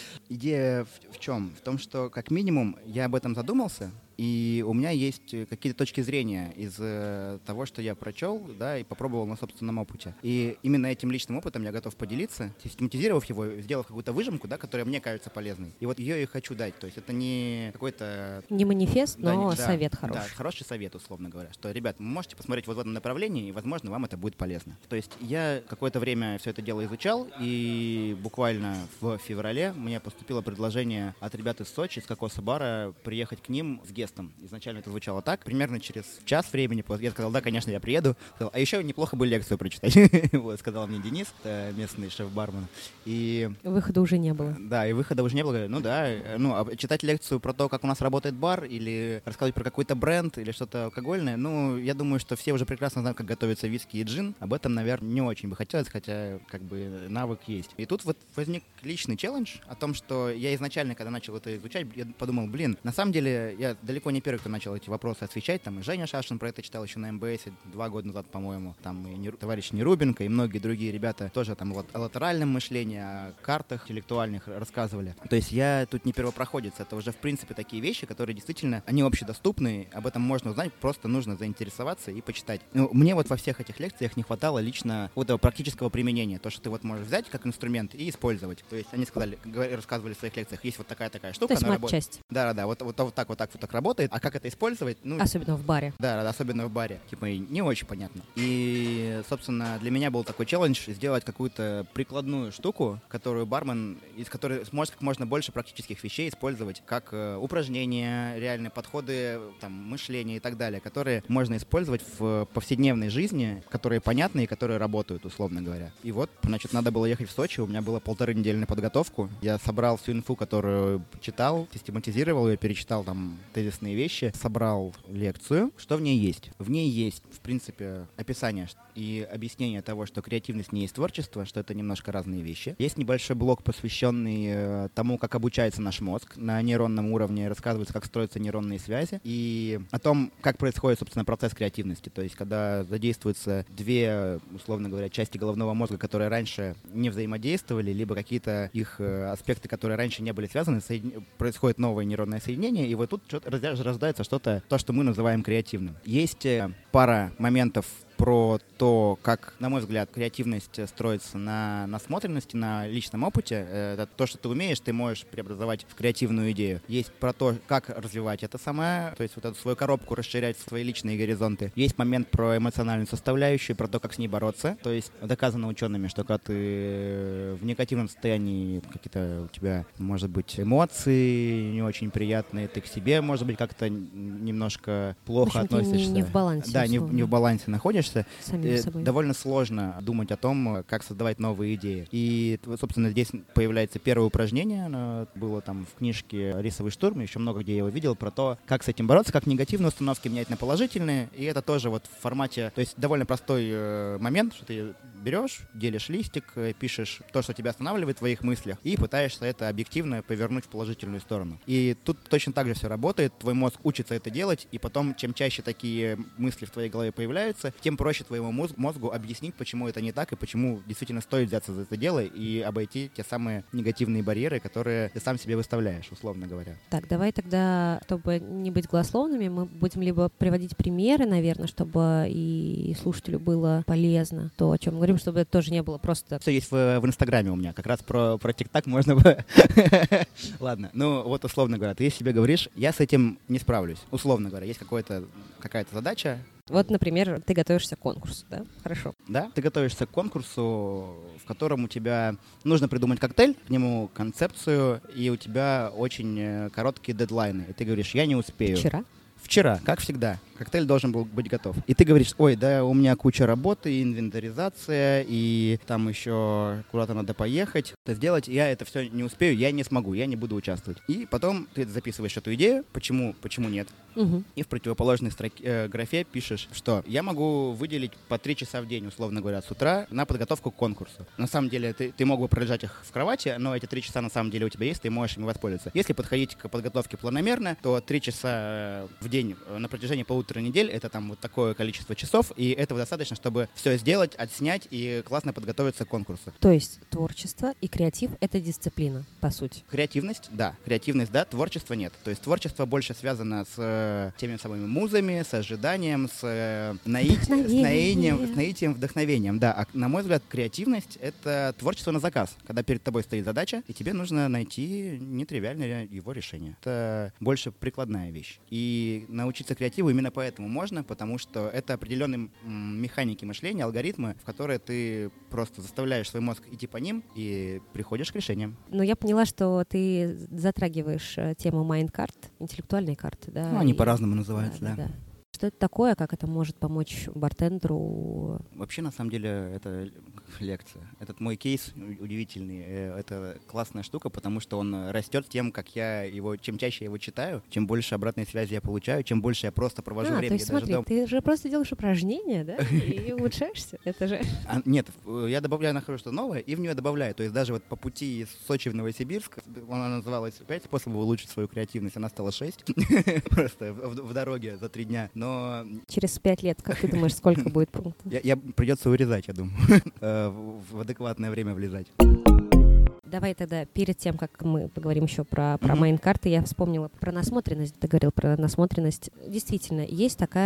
Идея в чем? В том, что как минимум я об этом задумался, и у меня есть какие-то точки зрения из того, что я прочел, да, и попробовал на собственном опыте. И именно этим личным опытом я готов поделиться, систематизировав его, сделав какую-то выжимку, да, которая мне кажется полезной. И вот ее и хочу дать. То есть это не какой-то... Не манифест, но совет хороший. Да, хороший совет, условно говоря. Что, ребят, вы можете посмотреть вот в этом направлении, и, возможно, вам это будет полезно. То есть я какое-то время все это дело изучал, и буквально в феврале мне поступило предложение от ребят из Сочи, из Кокоса-бара, приехать к ним с гестом. Изначально это звучало так. Примерно через час времени я сказал: да, конечно, я приеду. Сказал: а еще неплохо бы лекцию прочитать. Вот, сказал мне Денис, местный шеф-бармен. И... Выхода уже не было. Да, и выхода уже не было. Ну да, читать лекцию про то, как у нас работает бар, или рассказывать про какой-то бренд, или что-то алкогольное, ну, я думаю, что все уже прекрасно знают, как готовятся виски и джин. Об этом, наверное, не очень бы хотелось, хотя, как бы, навык есть. И тут вот возник личный челлендж о том, что я изначально, когда начал это изучать, я подумал: на самом деле, я далеко не первый, кто начал эти вопросы освещать. Там и Женя Шашин про это читал еще на МБС 2 года назад, по-моему. Там и товарищ Нерубенко, и многие другие ребята тоже там вот о латеральном мышлении, о картах интеллектуальных рассказывали. То есть я тут не первопроходец. Это уже, в принципе, такие вещи, которые действительно, они общедоступны, об этом можно узнать, просто нужно заинтересоваться и почитать. Ну, мне вот во всех этих лекциях не хватало лично вот этого практического применения. То, что ты вот можешь взять как инструмент и использовать. То есть они рассказывали в своих лекциях: есть вот такая штука, то есть она работает. матчасть. Да, вот так работает. работает, а как это использовать, особенно в баре. Да, особенно в баре. Типа не очень понятно. И, собственно, для меня был такой челлендж сделать какую-то прикладную штуку, которую бармен, из которой сможет как можно больше практических вещей использовать, как упражнения, реальные подходы, там, мышления и так далее, которые можно использовать в повседневной жизни, которые понятны и которые работают, условно говоря. И вот, значит, надо было ехать в Сочи, у меня было 1,5 недели на подготовку. Я собрал всю инфу, которую читал, систематизировал ее, перечитал там тезисные вещи, собрал лекцию. Что в ней есть? В ней есть, в принципе, описание и объяснение того, что креативность не есть творчество, что это немножко разные вещи. Есть небольшой блок, посвященный тому, как обучается наш мозг на нейронном уровне, рассказывается, как строятся нейронные связи, и о том, как происходит, собственно, процесс креативности. То есть, когда задействуются две, условно говоря, части головного мозга, которые раньше не взаимодействовали, либо какие-то их аспекты, которые раньше не были связаны, происходит новое нейронное соединение, и вот тут рождается что-то, то, что мы называем креативным. Есть пара моментов про то, как, на мой взгляд, креативность строится на насмотренности, на личном опыте. Это то, что ты умеешь, ты можешь преобразовать в креативную идею. Есть про то, как развивать это самое, то есть вот эту свою коробку расширять в свои личные горизонты. Есть момент про эмоциональную составляющую, про то, как с ней бороться. То есть доказано учеными, что когда ты в негативном состоянии, какие-то у тебя, может быть, эмоции не очень приятные, ты к себе, может быть, как-то немножко плохо относишься. Не в балансе. Да, не в балансе находишься. Довольно сложно думать о том, как создавать новые идеи. И, собственно, здесь появляется первое упражнение. Оно было там в книжке «Рисовый штурм», еще много где я его видел, про то, как с этим бороться, как негативные установки менять на положительные. И это тоже вот в формате, то есть довольно простой момент, что ты берешь, делишь листик, пишешь то, что тебя останавливает в твоих мыслях, и пытаешься это объективно повернуть в положительную сторону. И тут точно так же все работает. Твой мозг учится это делать, и потом, чем чаще такие мысли в твоей голове появляются, тем проще твоему мозгу объяснить, почему это не так, и почему действительно стоит взяться за это дело и обойти те самые негативные барьеры, которые ты сам себе выставляешь, условно говоря. Так, давай тогда, чтобы не быть голословными, мы будем либо приводить примеры, наверное, чтобы и слушателю было полезно то, о чем мы говорим, чтобы это тоже не было просто... Все есть в Инстаграме у меня, как раз про ТикТак можно бы... Ладно, ну вот условно говоря, ты себе говоришь, я с этим не справлюсь. Условно говоря, есть какая-то задача. Вот, например, ты готовишься к конкурсу, да? Хорошо. Да, ты готовишься к конкурсу, в котором у тебя нужно придумать коктейль, к нему концепцию, и у тебя очень короткие дедлайны. И ты говоришь, я не успею. Вчера, как всегда. Коктейль должен был быть готов. И ты говоришь, ой, да, у меня куча работы, и инвентаризация, и там еще куда-то надо поехать. Это сделать, я это все не успею, я не смогу, я не буду участвовать. И потом ты записываешь эту идею, почему нет. Угу. И в противоположной графе пишешь, что я могу выделить по 3 часа в день, условно говоря, с утра на подготовку к конкурсу. На самом деле ты мог бы пролежать их в кровати, но эти 3 часа на самом деле у тебя есть, ты можешь ими воспользоваться. Если подходить к подготовке планомерно, то 3 часа в день на протяжении 1,5 недели, это там вот такое количество часов, и этого достаточно, чтобы все сделать, отснять и классно подготовиться к конкурсу. То есть творчество и креатив — это дисциплина, по сути. Креативность, да, творчество нет. То есть творчество больше связано с теми самыми музами, с ожиданием, с наитием, вдохновением, да. А на мой взгляд, креативность — это творчество на заказ, когда перед тобой стоит задача, и тебе нужно найти нетривиальное его решение. Это больше прикладная вещь. И научиться креативу именно поэтому можно, потому что это определенные механики мышления, алгоритмы, в которые ты просто заставляешь свой мозг идти по ним и приходишь к решениям. Но я поняла, что ты затрагиваешь тему майнд-карт, интеллектуальные карты, да? Ну, они по-разному называются, да. Что это такое, как это может помочь бартендеру? Вообще, на самом деле, это лекция. Этот мой кейс удивительный. Это классная штука, потому что он растет тем, чем чаще я его читаю, чем больше обратной связи я получаю, чем больше я просто провожу время. То есть смотри, ты же просто делаешь упражнения, да, и улучшаешься. Это же... Нет, я нахожу что-то новое и в нее добавляю. То есть даже вот по пути из Сочи в Новосибирск, она называлась 5 способов улучшить свою креативность, она стала 6. Просто в дороге за 3 дня. Но через 5 лет, как ты думаешь, сколько будет пунктов? Я придется урезать, я думаю, в адекватное время влезать. Давай тогда перед тем, как мы поговорим еще про майнд-карты, я вспомнила про насмотренность. Ты говорил про насмотренность. Действительно, есть такая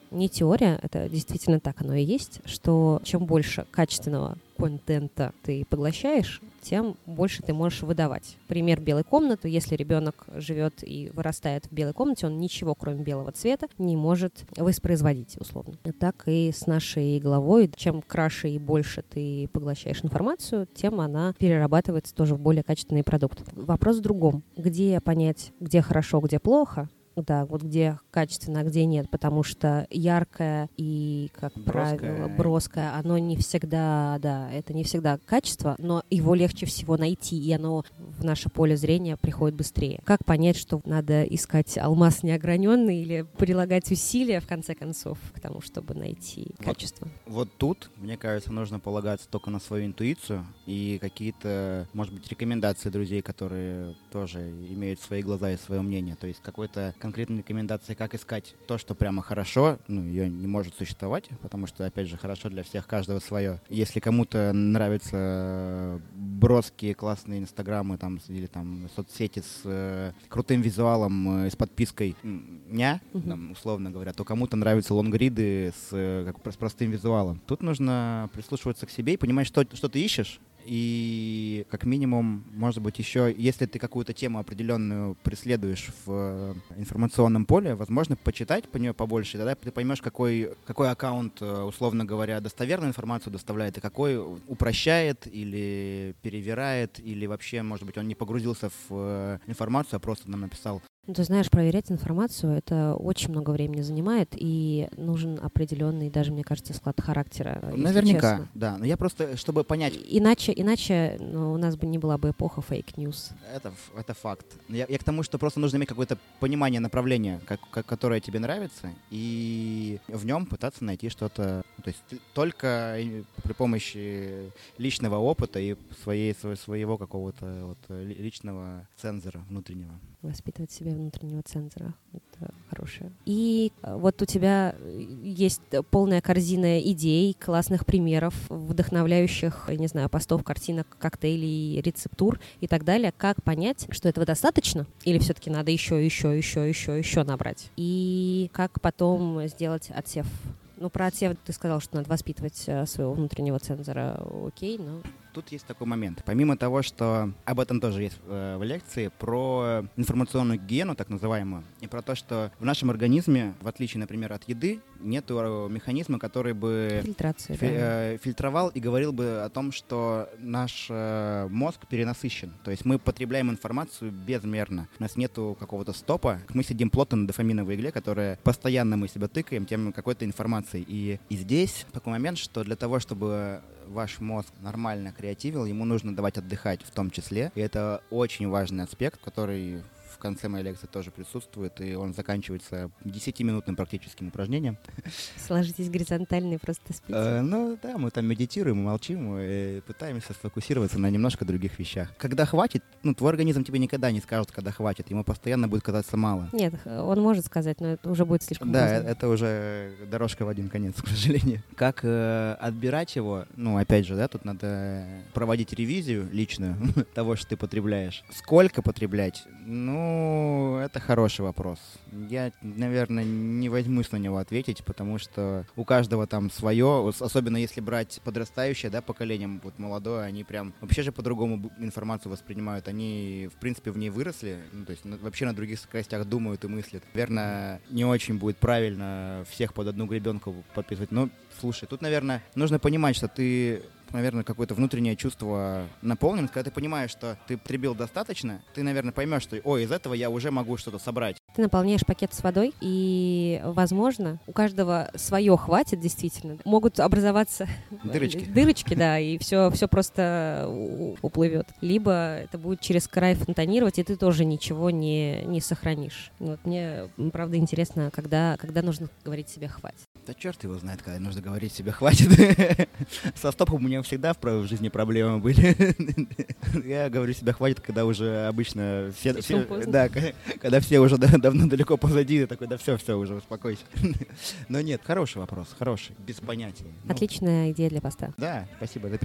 не теория, это действительно так оно и есть, что чем больше качественного контента ты поглощаешь, тем больше ты можешь выдавать. Пример белой комнаты. Если ребенок живет и вырастает в белой комнате, он ничего, кроме белого цвета, не может воспроизводить, условно. Так и с нашей головой. Чем краше и больше ты поглощаешь информацию, тем она перерабатывается тоже в более качественный продукт. Вопрос в другом. Где понять, где хорошо, где плохо? Да, вот где качественно, а где нет, потому что яркое и, как правило, броское, оно не всегда, да, это не всегда качество, но его легче всего найти, и оно в наше поле зрения приходит быстрее. Как понять, что надо искать алмаз неограненный или прилагать усилия, в конце концов, к тому, чтобы найти качество? Вот тут, мне кажется, нужно полагаться только на свою интуицию и какие-то, может быть, рекомендации друзей, которые тоже имеют свои глаза и свое мнение, то есть какой-то конкретные рекомендации, как искать то, что прямо хорошо, ее не может существовать, потому что, опять же, хорошо для всех, каждого свое. Если кому-то нравятся броские классные инстаграмы там, или там соцсети с крутым визуалом, с подпиской там, условно говоря, то кому-то нравятся лонгриды с простым визуалом. Тут нужно прислушиваться к себе и понимать, что ты ищешь. И как минимум, может быть, еще, если ты какую-то тему определенную преследуешь в информационном поле, возможно, почитать по нее побольше, и тогда ты поймешь, какой аккаунт, условно говоря, достоверную информацию доставляет, и какой упрощает или перевирает, или вообще, может быть, он не погрузился в информацию, а просто нам написал. Ты знаешь, проверять информацию, это очень много времени занимает, и нужен определенный, даже, мне кажется, склад характера. Наверняка, честно. Да. Но я просто, чтобы понять... Иначе у нас бы не была бы эпоха фейк-ньюс. Это факт. Я к тому, что просто нужно иметь какое-то понимание направления, которое тебе нравится, и в нем пытаться найти что-то... То есть только при помощи личного опыта и своего какого-то личного цензора внутреннего. Воспитывать себе внутреннего цензора. Это хорошее. И вот у тебя есть полная корзина идей, классных примеров, вдохновляющих, не знаю, постов, картинок, коктейлей, рецептур и так далее. Как понять, что этого достаточно? Или все-таки надо еще набрать? И как потом сделать отсев? Про отсев ты сказал, что надо воспитывать своего внутреннего цензора. Окей, но... Тут есть такой момент. Помимо того, что об этом тоже есть в лекции, про информационную гигиену, так называемую, и про то, что в нашем организме, в отличие, например, от еды, нет механизма, который бы фильтровал и говорил бы о том, что наш мозг перенасыщен. То есть мы потребляем информацию безмерно. У нас нету какого-то стопа. Мы сидим плотно на дофаминовой игле, которая постоянно мы себя тыкаем тем какой-то информацией. И здесь такой момент, что для того, чтобы ваш мозг нормально креативил, ему нужно давать отдыхать в том числе. И это очень важный аспект, который в конце моей лекции тоже присутствует, и он заканчивается 10-минутным практическим упражнением. Сложитесь горизонтально и просто спите. Мы там медитируем, молчим, и пытаемся сфокусироваться на немножко других вещах. Когда хватит, твой организм тебе никогда не скажет, когда хватит, ему постоянно будет казаться мало. Нет, он может сказать, но это уже будет слишком поздно. Да, это уже дорожка в один конец, к сожалению. Как отбирать его? Опять же, тут надо проводить ревизию личную того, что ты потребляешь. Сколько потреблять? Это хороший вопрос. Я, наверное, не возьмусь на него ответить, потому что у каждого там свое, особенно если брать подрастающее, поколение, молодое, они прям вообще же по-другому информацию воспринимают. Они, в принципе, в ней выросли, то есть вообще на других скоростях думают и мыслят. Наверное, не очень будет правильно всех под одну гребенку подписывать. Слушай, тут, наверное, нужно понимать, что ты... наверное, какое-то внутреннее чувство наполненности. Когда ты понимаешь, что ты потребил достаточно, ты, наверное, поймешь, что из этого я уже могу что-то собрать. Ты наполняешь пакет с водой, и, возможно, у каждого свое хватит, действительно. Могут образоваться дырочки, да, и все просто уплывет. Либо это будет через край фонтанировать, и ты тоже ничего не сохранишь. Мне, правда, интересно, когда нужно говорить себе «хватит». Да черт его знает, когда нужно говорить себе «хватит». Со стопом у меня всегда в жизни проблемы были. Я говорю себе «хватит», когда уже обычно все да, когда все уже давно далеко позади, такой, да все, уже успокойся. Но нет, хороший вопрос, хороший, без понятия. Отличная идея для поста. Да, спасибо, запишу.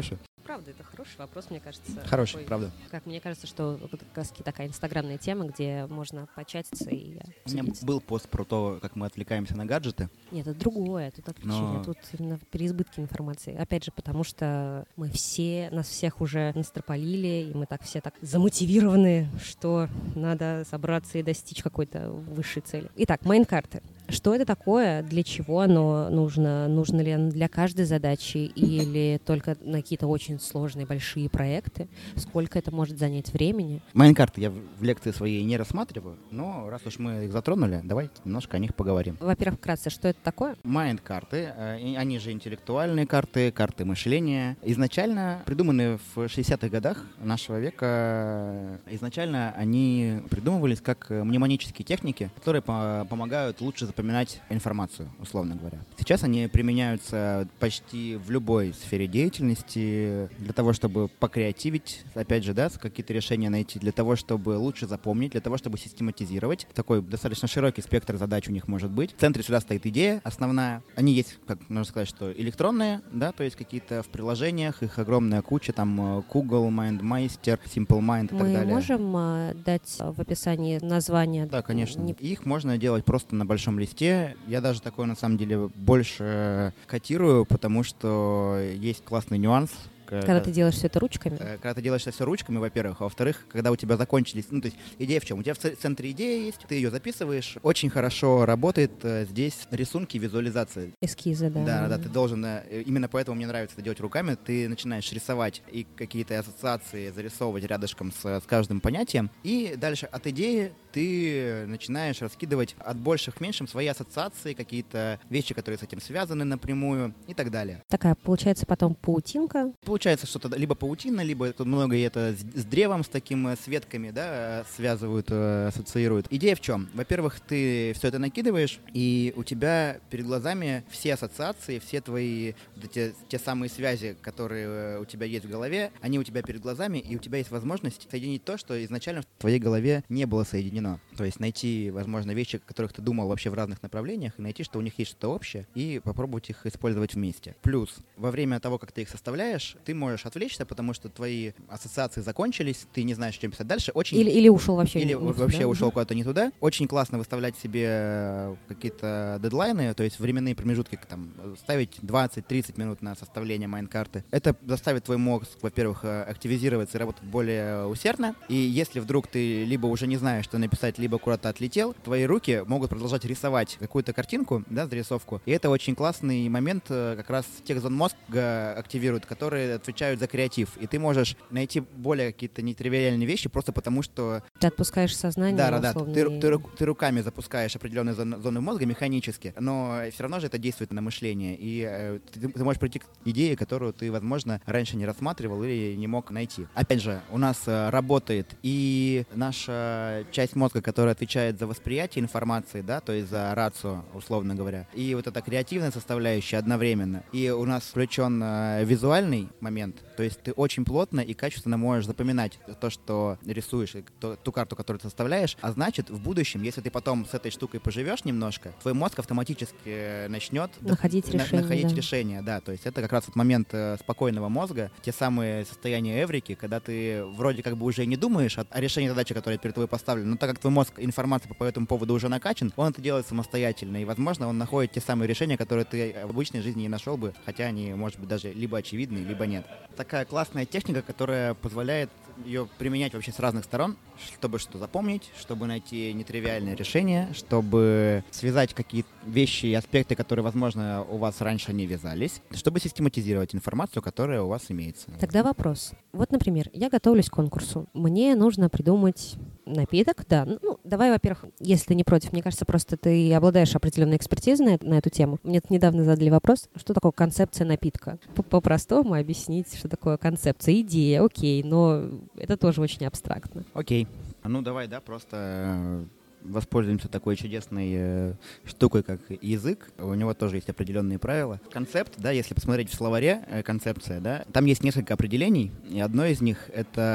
Правда, это хороший вопрос, мне кажется. Хороший, такой, правда. Как мне кажется, что это как раз такая инстаграмная тема, где можно початиться и У меня обсудить. был пост про то, как мы отвлекаемся на гаджеты. Нет, это другое, тут отвлечение, Но- тут именно переизбытки информации. Опять же, потому что нас всех уже настропалили, и мы все так замотивированы, что надо собраться и достичь какой-то высшей цели. Итак, майнкарты. Что это такое, для чего оно нужно, нужно ли оно для каждой задачи или только на какие-то очень сложные большие проекты, сколько это может занять времени? Майнкарты я в лекции своей не рассматриваю, но раз уж мы их затронули, давайте немножко о них поговорим. Во-первых, вкратце, что это такое? Майнд-карты, они же интеллектуальные карты, карты мышления, изначально придуманы в 60-х годах нашего века. Изначально они придумывались как мнемонические техники, которые помогают лучше запоминать информацию, условно говоря. Сейчас они применяются почти в любой сфере деятельности для того, чтобы покреативить, опять же, да, какие-то решения найти, для того, чтобы лучше запомнить, для того, чтобы систематизировать. Такой достаточно широкий спектр задач у них может быть. В центре сюда стоит идея основная. Они есть, как можно сказать, что электронные, да, то есть какие-то в приложениях, их огромная куча, там Google, MindMeister, Simple Mind и так Мы далее. можем дать в описании название? Да, конечно. Не- Их можно делать просто на большом листе. Я даже такое, на самом деле, больше котирую, потому что есть классный нюанс. Когда ты делаешь все это ручками? Когда ты делаешь это все ручками, во-первых, а во-вторых, когда у тебя закончились, то есть идея в чем? У тебя в центре идея есть, ты ее записываешь. Очень хорошо работает здесь рисунки, визуализация. Эскизы, да. Да, ты должен, именно поэтому мне нравится это делать руками, ты начинаешь рисовать и какие-то ассоциации зарисовывать рядышком с каждым понятием, и дальше от идеи ты начинаешь раскидывать от больших к меньшим свои ассоциации, какие-то вещи, которые с этим связаны напрямую и так далее. Такая, получается, потом паутинка. Получается что-то либо паутина, либо тут много это с древом, с таким, с ветками, да, связывают, ассоциируют. Идея в чем? Во-первых, ты все это накидываешь, и у тебя перед глазами все ассоциации, все твои вот эти, те самые связи, которые у тебя есть в голове, они у тебя перед глазами, и у тебя есть возможность соединить то, что изначально в твоей голове не было соединено. То есть найти, возможно, вещи, о которых ты думал вообще в разных направлениях, и найти, что у них есть что-то общее, и попробовать их использовать вместе. Плюс, во время того, как ты их составляешь, ты можешь отвлечься, потому что твои ассоциации закончились, ты не знаешь, чем писать дальше. Очень... Или ушел вообще. Или не вообще туда. ушел куда-то не туда. Очень классно выставлять себе какие-то дедлайны, то есть временные промежутки, там, ставить 20-30 минут на составление майнкарты. Это заставит твой мозг, во-первых, активизироваться и работать более усердно. И если вдруг ты либо уже не знаешь, что написать, либо куда-то отлетел, твои руки могут продолжать рисовать какую-то картинку, да, зарисовку. И это очень классный момент, как раз тех зон мозга активирует, которые отвечают за креатив. И ты можешь найти более какие-то нетривиальные вещи просто потому, что... Ты отпускаешь сознание. Да. условно, Ты руками запускаешь определенные зоны мозга механически, но все равно же это действует на мышление. И ты можешь прийти к идее, которую ты, возможно, раньше не рассматривал или не мог найти. Опять же, у нас работает и наша часть мозга, которая отвечает за восприятие информации, да, то есть за рацио, условно говоря, и вот эта креативная составляющая одновременно. И у нас включен визуальный момент, то есть ты очень плотно и качественно можешь запоминать то, что рисуешь, ту карту, которую ты составляешь, а значит, в будущем, если ты потом с этой штукой поживешь немножко, твой мозг автоматически начнет находить решение, да, то есть это как раз вот момент спокойного мозга, те самые состояния эврики, когда ты вроде как бы уже не думаешь о решении задачи, которая перед тобой поставлена, но так как твой мозг информацией по этому поводу уже накачан, он это делает самостоятельно, и, возможно, он находит те самые решения, которые ты в обычной жизни не нашел бы, хотя они, может быть, даже либо очевидны, либо нет. Такая классная техника, которая позволяет ее применять вообще с разных сторон, чтобы что-то запомнить, чтобы найти нетривиальное решение, чтобы связать какие-то вещи и аспекты, которые, возможно, у вас раньше не вязались, чтобы систематизировать информацию, которая у вас имеется. Тогда вопрос. Вот, например, я готовлюсь к конкурсу. Мне нужно придумать напиток, да. Ну, давай, во-первых, если ты не против, мне кажется, просто ты обладаешь определенной экспертизой на эту тему. Мне недавно задали вопрос, что такое концепция напитка. По-простому объяснить, что такое концепция. Идея, окей, но это тоже очень абстрактно. Окей. Ну, давай, да, просто воспользуемся такой чудесной штукой, как язык. У него тоже есть определенные правила. Концепт, да, если посмотреть в словаре, концепция, да, там есть несколько определений, и одно из них — это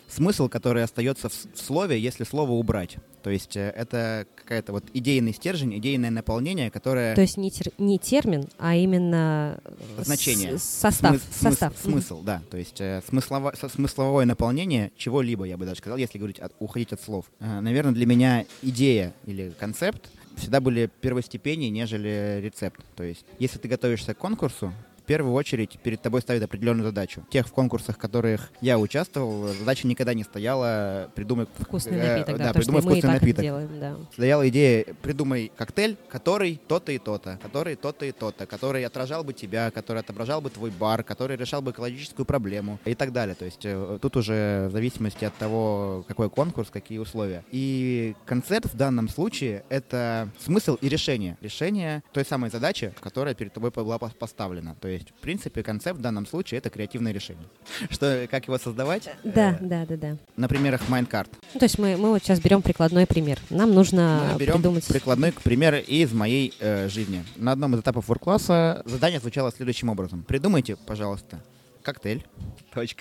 смысл, который остается в слове, если слово убрать. То есть это какая-то вот идейный стержень, идейное наполнение, которое... То есть не термин, а именно значение. Состав. Смысл, да. То есть смысловое наполнение чего-либо, я бы даже сказал, если говорить уходить от слов. Наверное, для меня идея или концепт всегда были первостепеннее, нежели рецепт. То есть если ты готовишься к конкурсу, в первую очередь перед тобой ставят определенную задачу. В тех конкурсах, в которых я участвовал, задача никогда не стояла «придумай вкусный напиток». Да, придумай вкусный напиток. Делаем, да. Стояла идея «придумай коктейль, который то-то и то-то, который то-то и то-то, который отражал бы тебя, который отображал бы твой бар, который решал бы экологическую проблему» и так далее. То есть тут уже в зависимости от того, какой конкурс, какие условия. И концепт в данном случае — это смысл и решение. Решение той самой задачи, которая перед тобой была поставлена. То есть, в принципе, концепт в данном случае — это креативное решение. Как его создавать? Да. На примерах Minecart. То есть мы вот сейчас берем прикладной пример. Нам нужно придумать... прикладной пример из моей жизни. На одном из этапов ворк-класса задание звучало следующим образом. Придумайте, пожалуйста, коктейль. Точка.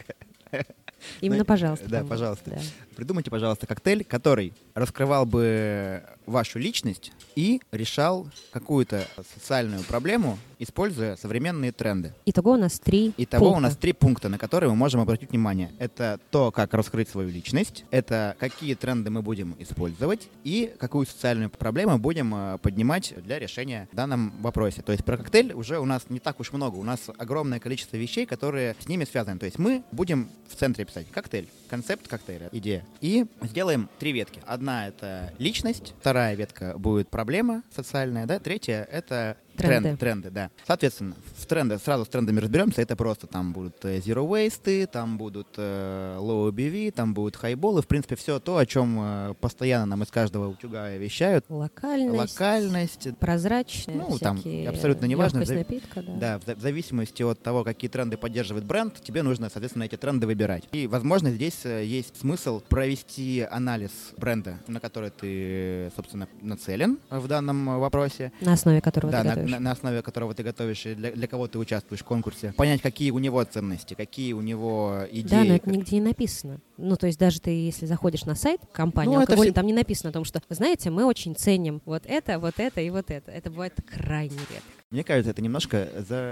Именно пожалуйста. Да, пожалуйста. Да. Придумайте, пожалуйста, коктейль, который раскрывал бы вашу личность и решал какую-то социальную проблему, используя современные тренды. Итого у нас 3 Итого пункта. у нас 3 пункта, на которые мы можем обратить внимание. Это то, как раскрыть свою личность, это какие тренды мы будем использовать и какую социальную проблему будем поднимать для решения в данном вопросе. То есть про коктейль уже у нас не так уж много. У нас огромное количество вещей, которые с ними связаны. То есть мы будем в центре писать коктейль, концепт коктейля, идея. И сделаем 3 ветки. Одна — это личность, вторая ветка будет проблема социальная, да, третья — это тренды, да. Соответственно, сразу с трендами разберемся. Это просто там будут zero waste, там будут low ABV, там будут хайболы. В принципе, все то, о чем постоянно нам из каждого утюга вещают. Локальность. Прозрачность. Ну, там абсолютно неважно. Напитка, да. Да, в зависимости от того, какие тренды поддерживает бренд, тебе нужно, соответственно, эти тренды выбирать. И, возможно, здесь есть смысл провести анализ бренда, на который ты, собственно, нацелен в данном вопросе. На основе которого ты готовишь. На основе которого ты готовишь и для кого ты участвуешь в конкурсе. Понять, какие у него ценности, какие у него идеи. Да, но это нигде не написано. Ну, то есть даже ты, если заходишь на сайт компании алкоголя, там не написано о том, что, знаете, мы очень ценим вот это и вот это. Это бывает крайне редко. Мне кажется, это немножко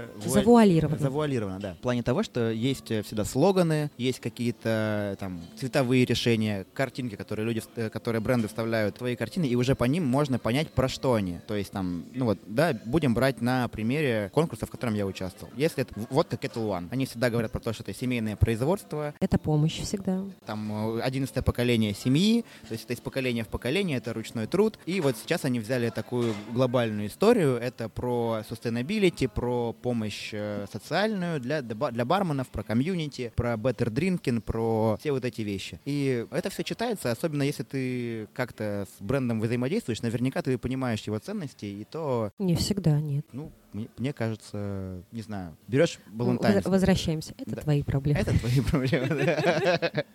завуалировано, да. В плане того, что есть всегда слоганы, есть какие-то там цветовые решения, картинки, которые бренды вставляют в свои картины, и уже по ним можно понять, про что они. То есть там, будем брать на примере конкурса, в котором я участвовал. Если это водка Ketel One, они всегда говорят про то, что это семейное производство. Это помощь всегда. Там 11-е поколение семьи, то есть это из поколения в поколение, это ручной труд. И вот сейчас они взяли такую глобальную историю, это про sustainability, про помощь социальную для барменов, про комьюнити, про better drinking, про все вот эти вещи. И это все читается, особенно если ты как-то с брендом взаимодействуешь, наверняка ты понимаешь его ценности, и то... Не всегда, нет. Мне кажется, не знаю, берешь Балентайнс. Возвращаемся. Это твои проблемы. Это твои проблемы, да.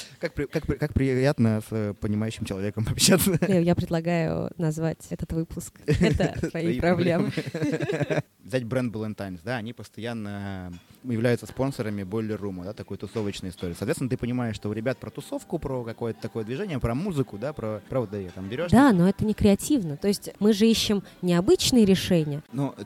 Как приятно с понимающим человеком общаться. Я предлагаю назвать этот выпуск «Это твои проблемы». Взять бренд Ballantine's, да, они постоянно являются спонсорами Boiler Room, да, такой тусовочной истории. Соответственно, ты понимаешь, что у ребят про тусовку, про какое-то такое движение, про музыку, да, про выдаю, там берешь. Да, но это не креативно. То есть мы же ищем необычные решения.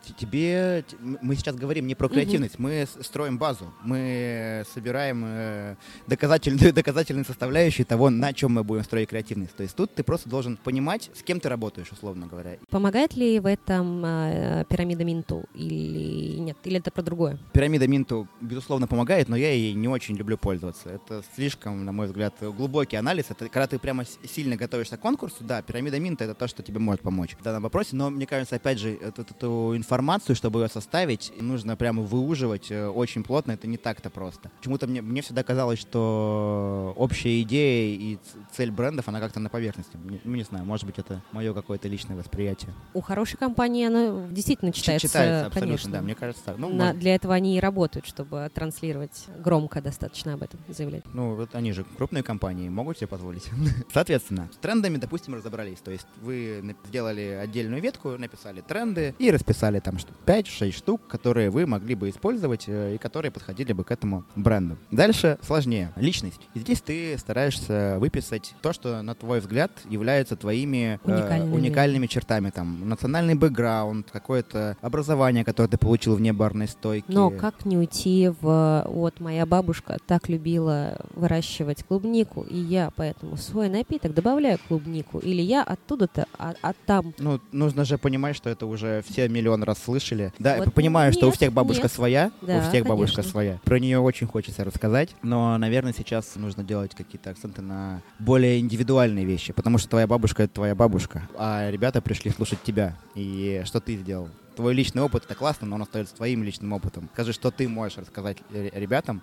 Мы сейчас говорим не про креативность, мы строим базу, мы собираем доказательные составляющие того, на чем мы будем строить креативность. То есть тут ты просто должен понимать, с кем ты работаешь, условно говоря. Помогает ли в этом пирамида Минту или нет? Или это про другое? Пирамида Минту, безусловно, помогает, но я ей не очень люблю пользоваться. Это слишком, на мой взгляд, глубокий анализ. Это когда ты прямо сильно готовишься к конкурсу, да, пирамида Минта — это то, что тебе может помочь в данном вопросе. Но мне кажется, опять же, эту информацию, чтобы ее составить, нужно прямо выуживать очень плотно. Это не так-то просто. Почему-то мне всегда казалось, что общая идея и цель брендов, она как-то на поверхности. Не знаю, может быть, это мое какое-то личное восприятие. У хорошей компании она действительно читается абсолютно, конечно. да, мне кажется так. Ну, Для этого они и работают, чтобы транслировать громко достаточно об этом, заявлять. Ну, вот они же крупные компании, могут себе позволить. Соответственно, с трендами, допустим, разобрались. То есть вы сделали отдельную ветку, написали тренды и расписали там 5-6 штук, которые вы могли бы использовать и которые подходили бы к этому бренду. Дальше сложнее. Личность. И здесь ты стараешься выписать то, что, на твой взгляд, является твоими уникальными чертами. Там, национальный бэкграунд, какое-то образование, которое ты получил вне барной стойки. Но как не уйти вот моя бабушка так любила выращивать клубнику, и я поэтому в свой напиток добавляю клубнику, или я оттуда-то, а там... Ну, нужно же понимать, что это уже все миллион раз слышали. Да, Вот я понимаю, что у нет, всех бабушка нет. своя, Да, у всех бабушка конечно. своя. Про нее очень хочется рассказать, но, наверное, сейчас нужно делать какие-то акценты на более индивидуальные вещи, потому что твоя бабушка — это твоя бабушка, а ребята пришли слушать тебя. И что ты сделал? Твой личный опыт — это классно, но он остается твоим личным опытом. Скажи, что ты можешь рассказать ребятам,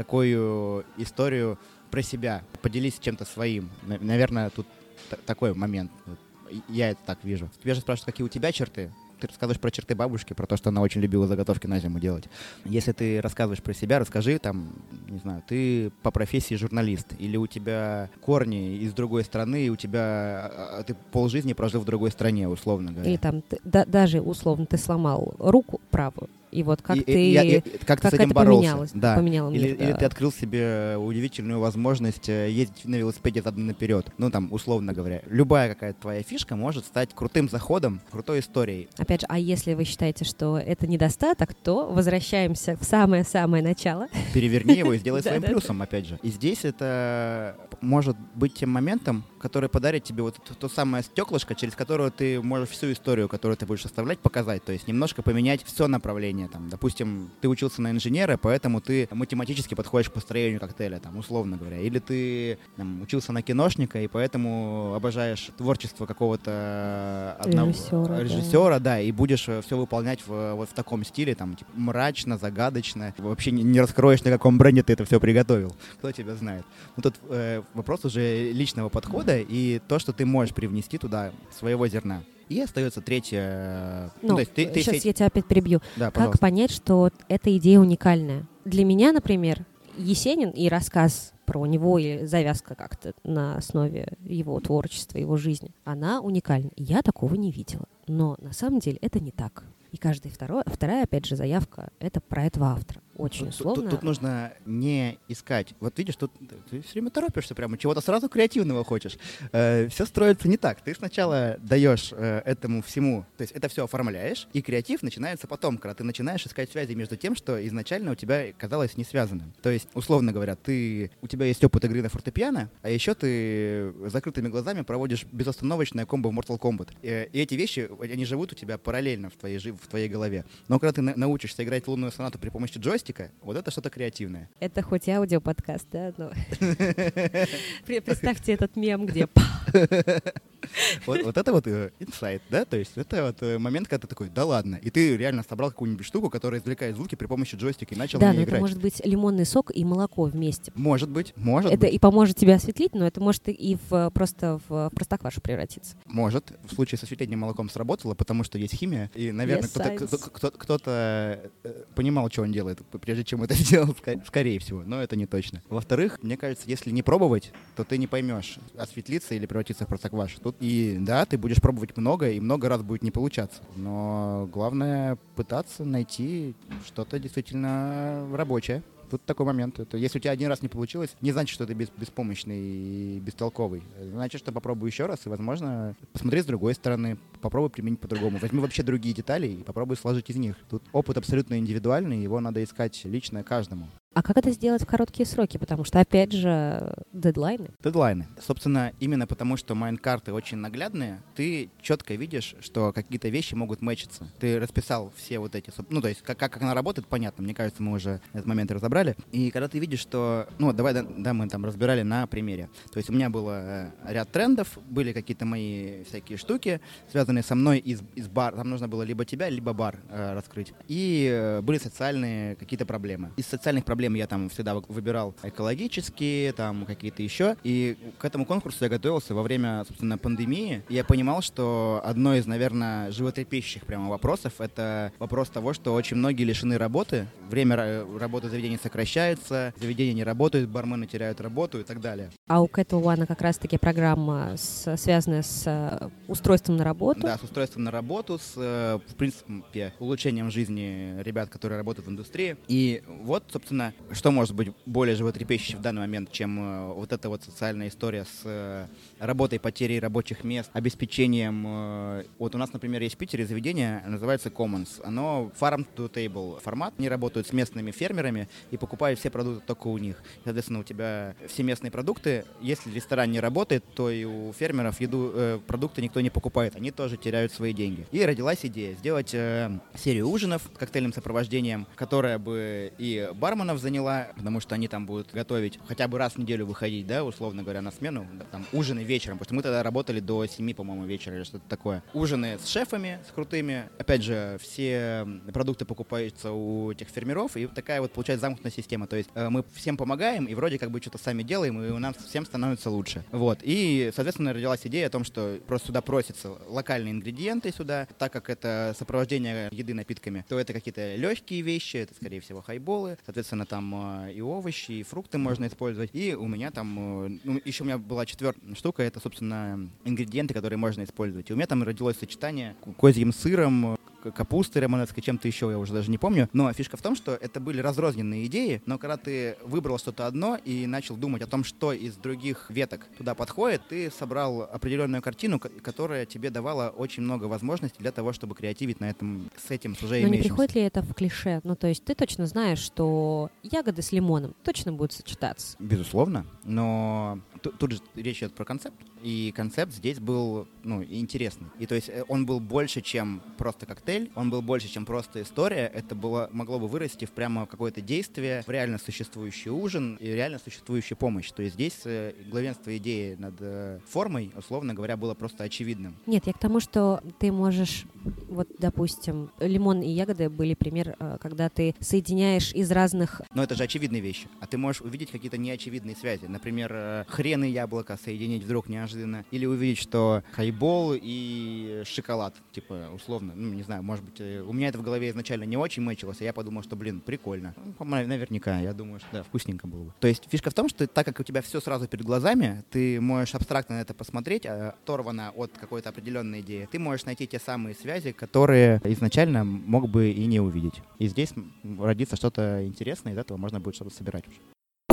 какую историю про себя. Поделись чем-то своим. Наверное, тут такой момент. Я это так вижу. Тебя же спрашивают, какие у тебя черты. Ты рассказываешь про черты бабушки, про то, что она очень любила заготовки на зиму делать. Если ты рассказываешь про себя, расскажи, там, не знаю, ты по профессии журналист, или у тебя корни из другой страны, и у тебя ты полжизни прожил в другой стране, условно говоря. Или там даже условно ты сломал руку правую, и вот как как ты с этим это боролся? Да. поменяло мир, Или ты открыл себе удивительную возможность ездить на велосипеде задом наперед. Ну, там, условно говоря. Любая какая-то твоя фишка может стать крутым заходом, крутой историей. Опять же, а если вы считаете, что это недостаток, то возвращаемся в самое-самое начало. Переверни его и сделай своим плюсом, опять же. И здесь это может быть тем моментом, который подарит тебе вот то самое стеклышко, через которое ты можешь всю историю, которую ты будешь оставлять, показать. То есть немножко поменять все направление. Там, допустим, ты учился на инженера, поэтому ты математически подходишь к построению коктейля, там, условно говоря. Или ты учился на киношника, и поэтому обожаешь творчество какого-то режиссера, да, и будешь все выполнять вот в таком стиле, там, типа, мрачно, загадочно. Вообще не раскроешь, на каком бренде ты это все приготовил. Кто тебя знает. Ну, тут вопрос уже личного подхода и то, что ты можешь привнести туда своего зерна. И остается третье... Ну, сейчас я тебя опять перебью. Да, как понять, что эта идея уникальная? Для меня, например, Есенин и рассказ про него, или завязка как-то на основе его творчества, его жизни, она уникальна. Я такого не видела. Но на самом деле это не так. И каждая вторая, опять же, заявка — это про этого автора. Очень условно. Тут нужно не искать. Вот видишь, тут ты все время торопишься, прямо чего-то сразу креативного хочешь. Все строится не так. Ты сначала даешь этому всему, то есть это все оформляешь, и креатив начинается потом, когда ты начинаешь искать связи между тем, что изначально у тебя казалось не связанным. То есть, условно говоря, у тебя есть опыт игры на фортепиано, а еще ты закрытыми глазами проводишь безостановочное комбо в Mortal Kombat. И эти вещи, они живут у тебя параллельно в твоей голове. Но когда ты научишься играть лунную сонату при помощи джойстика, вот это что-то креативное. Это хоть и аудиоподкаст, да? Но... Представьте этот мем, где... Вот это вот инсайт, да? То есть это вот момент, когда ты такой, да ладно. И ты реально собрал какую-нибудь штуку, которая извлекает звуки при помощи джойстика и начал на ней играть. Да, но это может быть лимонный сок и молоко вместе. Может быть. Это и поможет тебе осветлить, но это может и просто в простоквашу превратиться. Может. В случае с осветлением молоком сработало, потому что есть химия. И, наверное, кто-то понимал, что он делает, прежде чем это сделал, скорее всего. Но это не точно. Во-вторых, мне кажется, если не пробовать, то ты не поймешь, осветлиться или превратиться в простоквашу. Тут и да, ты будешь пробовать много, и много раз будет не получаться. Но главное пытаться найти что-то действительно рабочее. Тут такой момент. Если у тебя один раз не получилось, не значит, что ты беспомощный и бестолковый. Значит, что попробуй еще раз, и, возможно, посмотри с другой стороны, попробуй применить по-другому. Возьми вообще другие детали и попробуй сложить из них. Тут опыт абсолютно индивидуальный, его надо искать лично каждому. А как это сделать в короткие сроки? Потому что, опять же, дедлайны. Дедлайны. Собственно, именно потому, что майнд-карты очень наглядные, ты четко видишь, что какие-то вещи могут мэчиться. Ты расписал все вот эти... Ну, то есть, как она работает, понятно. Мне кажется, мы уже этот момент разобрали. И когда ты видишь, что... Ну, мы там разбирали на примере. То есть, у меня был ряд трендов, были какие-то мои всякие штуки, связанные со мной из бар. Там нужно было либо тебя, либо бар раскрыть. И были социальные какие-то проблемы. Из социальных проблем проблемы я там всегда выбирал экологические, там какие-то еще. И к этому конкурсу я готовился во время, собственно, пандемии. И я понимал, что одно из, наверное, животрепещущих прямо вопросов — это вопрос того, что очень многие лишены работы. Время работы заведений сокращается, заведения не работают, бармены теряют работу и так далее. А у Capital One как раз-таки программа, связанная с устройством на работу? Да, с устройством на работу, в принципе, улучшением жизни ребят, которые работают в индустрии. И вот, собственно, что может быть более животрепещущим в данный момент, чем вот эта вот социальная история с работой, потерей рабочих мест, обеспечением. Вот у нас, например, есть в Питере заведение, называется Commons. Оно farm to table формат. Они работают с местными фермерами и покупают все продукты только у них. Соответственно, у тебя все местные продукты. Если ресторан не работает, то и у фермеров продукты никто не покупает. Они тоже теряют свои деньги. И родилась идея сделать серию ужинов с коктейльным сопровождением, которая бы и барменов заняла, потому что они там будут готовить хотя бы раз в неделю выходить, да, условно говоря, на смену, там ужины вечером, потому что мы тогда работали до 7, по-моему, вечера или что-то такое. Ужины с шефами, с крутыми. Опять же, все продукты покупаются у этих фермеров, и такая вот получается замкнутая система. То есть мы всем помогаем, и вроде как бы что-то сами делаем, и у нас всем становится лучше. Вот. И, соответственно, родилась идея о том, что просто сюда просятся локальные ингредиенты сюда, так как это сопровождение еды напитками, то это какие-то легкие вещи, это, скорее всего, хайболы, соответственно, там и овощи, и фрукты можно использовать. И у меня там, еще у меня была 4-я штука, это, собственно, ингредиенты, которые можно использовать. И у меня там родилось сочетание козьим сыром, капусты романецкой, чем-то еще, я уже даже не помню. Но фишка в том, что это были разрозненные идеи, но когда ты выбрал что-то одно и начал думать о том, что из других веток туда подходит, ты собрал определенную картину, которая тебе давала очень много возможностей для того, чтобы креативить с этим с уже имеющимся. Но не приходит ли это в клише? Ну, то есть ты точно знаешь, что ягоды с лимоном точно будут сочетаться? Безусловно, но тут же речь идет про концепт, и концепт здесь был, интересный. И то есть он был больше, чем просто коктейль, он был больше, чем просто история, это могло бы вырасти в прямо какое-то действие, в реально существующий ужин и реально существующую помощь. То есть здесь главенство идеи над формой, условно говоря, было просто очевидным. Нет, я к тому, что ты можешь, вот, допустим, лимон и ягоды были пример, когда ты соединяешь из разных... Но это же очевидные вещи, а ты можешь увидеть какие-то неочевидные связи. Например, хрен и яблоко соединить вдруг неожиданно, или увидеть, что хайбол и шоколад, типа, условно, не знаю, может быть, у меня это в голове изначально не очень мэчилось, а я подумал, что, прикольно. Наверняка, я думаю, что да, вкусненько было бы. То есть фишка в том, что так как у тебя все сразу перед глазами, ты можешь абстрактно на это посмотреть, оторвано от какой-то определенной идеи, ты можешь найти те самые связи, которые изначально мог бы и не увидеть. И здесь родится что-то интересное, из этого можно будет что-то собирать уже.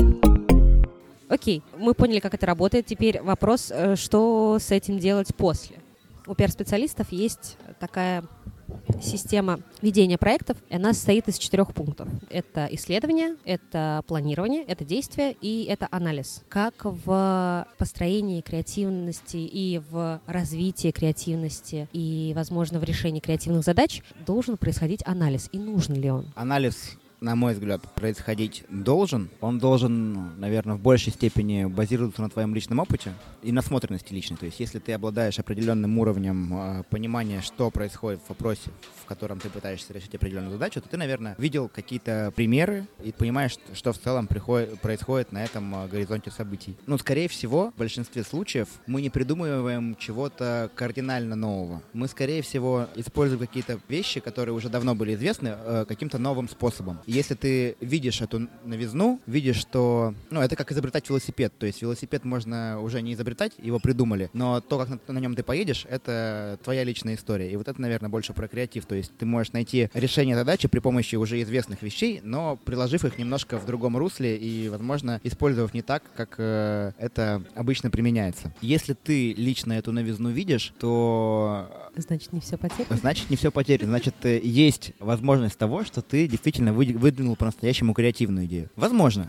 Окей, мы поняли, как это работает. Теперь вопрос, что с этим делать после? У пиар-специалистов есть такая система ведения проектов, и она состоит из 4 пунктов. Это исследование, это планирование, это действие и это анализ. Как в построении креативности и в развитии креативности и, возможно, в решении креативных задач должен происходить анализ, и нужен ли он? Анализ, на мой взгляд, происходить должен. Он должен, наверное, в большей степени базироваться на твоем личном опыте и насмотренности личной. То есть если ты обладаешь определенным уровнем понимания, что происходит в вопросе, в котором ты пытаешься решить определенную задачу, то ты, наверное, видел какие-то примеры и понимаешь, что в целом происходит на этом горизонте событий. Скорее всего, в большинстве случаев мы не придумываем чего-то кардинально нового. Мы, скорее всего, используем какие-то вещи, которые уже давно были известны, каким-то новым способом. Если ты видишь эту новизну, видишь, что... это как изобретать велосипед. То есть велосипед можно уже не изобретать, его придумали, но то, как на нем ты поедешь, это твоя личная история. И вот это, наверное, больше про креатив. То есть ты можешь найти решение задачи при помощи уже известных вещей, но приложив их немножко в другом русле и, возможно, использовав не так, как это обычно применяется. Если ты лично эту новизну видишь, то... Значит, не все потеряно? Значит, не все потеряно. Значит, есть возможность того, что ты действительно выдвинул по-настоящему креативную идею. Возможно.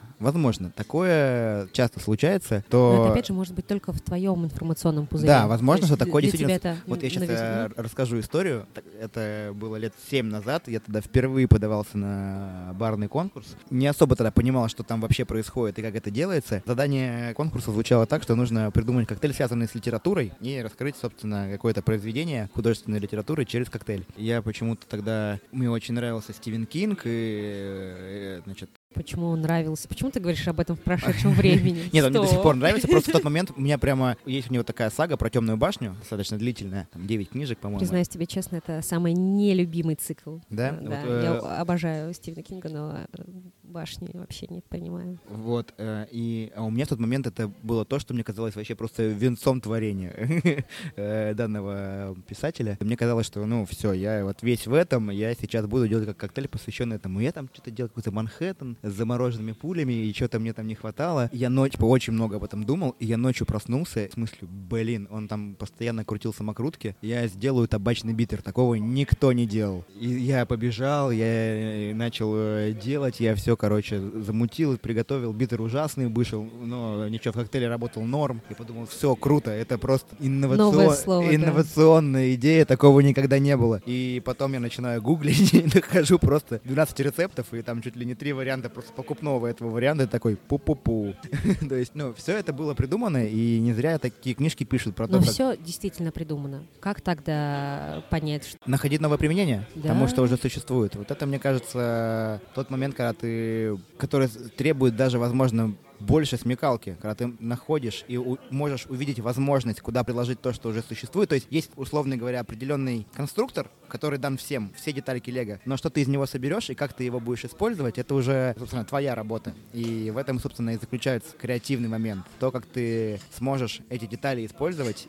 Такое часто случается. Но это, опять же, может быть только в твоем информационном пузыре. Да, возможно, что такое действительно... Вот я сейчас расскажу историю. Это было лет 7 назад. Я тогда впервые подавался на барный конкурс. Не особо тогда понимал, что там вообще происходит и как это делается. Задание конкурса звучало так, что нужно придумать коктейль, связанный с литературой, и раскрыть, собственно, какое-то произведение художественной литературы через коктейль. Я почему-то тогда... Мне очень нравился Стивен Кинг, и, значит, Почему он нравился? Почему ты говоришь об этом в прошедшем времени? Нет, он мне до сих пор нравится, просто в тот момент у меня прямо есть у него такая сага про Темную башню, достаточно длительная, там 9 книжек, по-моему. Признаюсь тебе честно, это самый нелюбимый цикл. Да? Да, я обожаю Стивена Кинга, но башни вообще не понимаю. Вот, и у меня в тот момент это было то, что мне казалось вообще просто венцом творения данного писателя. Мне казалось, что, ну, все, я вот весь в этом, я сейчас буду делать как коктейль, посвященный этому. Я там что-то делал, какой-то Манхэттен с замороженными пулями, и что-то мне там не хватало. Я ночью очень много об этом думал, и я ночью проснулся с мыслью, блин, он там постоянно крутил самокрутки, я сделаю табачный битер, такого никто не делал. И я побежал, я начал делать, я все, короче, замутил, приготовил, битер ужасный вышел, но ничего, в коктейле работал норм. Я подумал, все, круто, это просто инновационная идея, такого никогда не было. И потом я начинаю гуглить, и нахожу просто 12 рецептов, и там чуть ли не 3 варианта просто покупного этого варианта, такой пу-пу-пу. То есть, ну, все это было придумано, и не зря такие книжки пишут про то, но как... все действительно придумано. Как тогда понять, что... Находить новое применение Да. тому, что уже существует. Вот это, мне кажется, тот момент, который требует даже, возможно, больше смекалки, когда ты находишь и можешь увидеть возможность, куда приложить то, что уже существует. То есть, условно говоря, определенный конструктор, который дан всем, все детальки Лего, но что ты из него соберешь и как ты его будешь использовать, это уже, собственно, твоя работа. И в этом, собственно, и заключается креативный момент. То, как ты сможешь эти детали использовать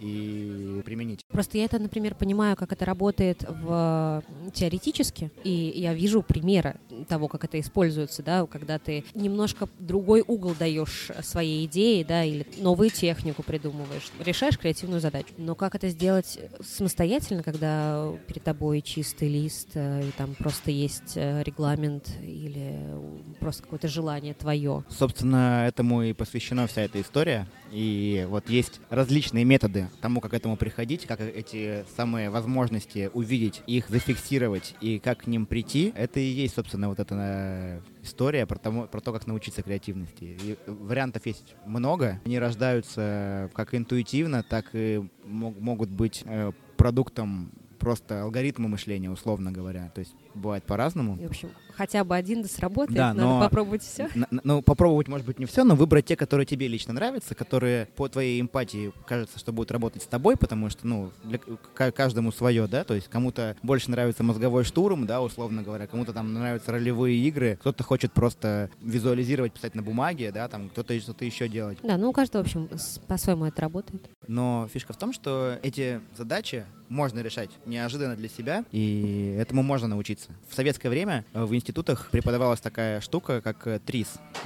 и применить. Просто я это, например, понимаю, как это работает теоретически, и я вижу примеры того, как это используется, да, когда ты немножко другой угол даешь своей идее, да, или новую технику придумываешь, решаешь креативную задачу. Но как это сделать самостоятельно, когда перед тобой чистый лист, и там просто есть регламент или просто какое-то желание твое? Собственно, этому и посвящена вся эта история. И вот есть различные методы тому, как к этому приходить, как эти самые возможности увидеть, их зафиксировать и как к ним прийти. Это и есть, собственно, вот эта история про то, как научиться креативности. И вариантов есть много. Они рождаются как интуитивно, так и могут быть продуктом просто алгоритма мышления, условно говоря. То есть бывает по-разному. И, в общем, хотя бы один сработает, да, надо попробовать все. Ну, попробовать, может быть, не все, но выбрать те, которые тебе лично нравятся, которые по твоей эмпатии кажется, что будут работать с тобой, потому что, ну, каждому свое, да, то есть кому-то больше нравится мозговой штурм, да, условно говоря, кому-то там нравятся ролевые игры, кто-то хочет просто визуализировать, писать на бумаге, да, там, кто-то что-то еще делать. Да, ну, у каждого, в общем, по-своему это работает. Но фишка в том, что эти задачи можно решать неожиданно для себя, и этому можно научиться. В советское время в институтах преподавалась такая штука, как ТРИЗ.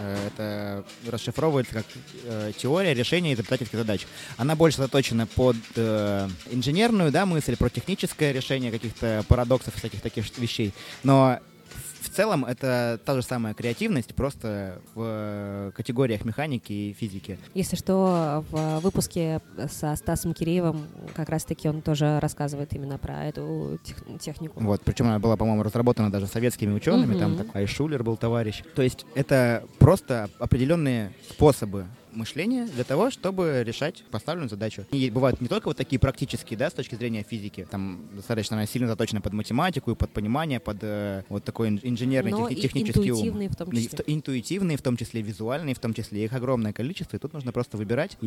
Это расшифровывается как теория решения изобретательских задач. Она больше заточена под инженерную, да, мысль, про техническое решение каких-то парадоксов, всяких таких вещей. Но в целом это та же самая креативность, просто в категориях механики и физики. Если что, в выпуске со Стасом Киреевым как раз-таки он тоже рассказывает именно про эту технику. Вот, причем она была, по-моему, разработана даже советскими учеными, там такой Айшулер был товарищ. То есть это просто определенные способы мышления для того, чтобы решать поставленную задачу. И бывают не только вот такие практические, да, с точки зрения физики, там достаточно она сильно заточена под математику, под понимание, под вот такой инженерный, технический ум. Интуитивный в том числе. Интуитивные, в том числе визуальные, в том числе их огромное количество, и тут нужно просто выбирать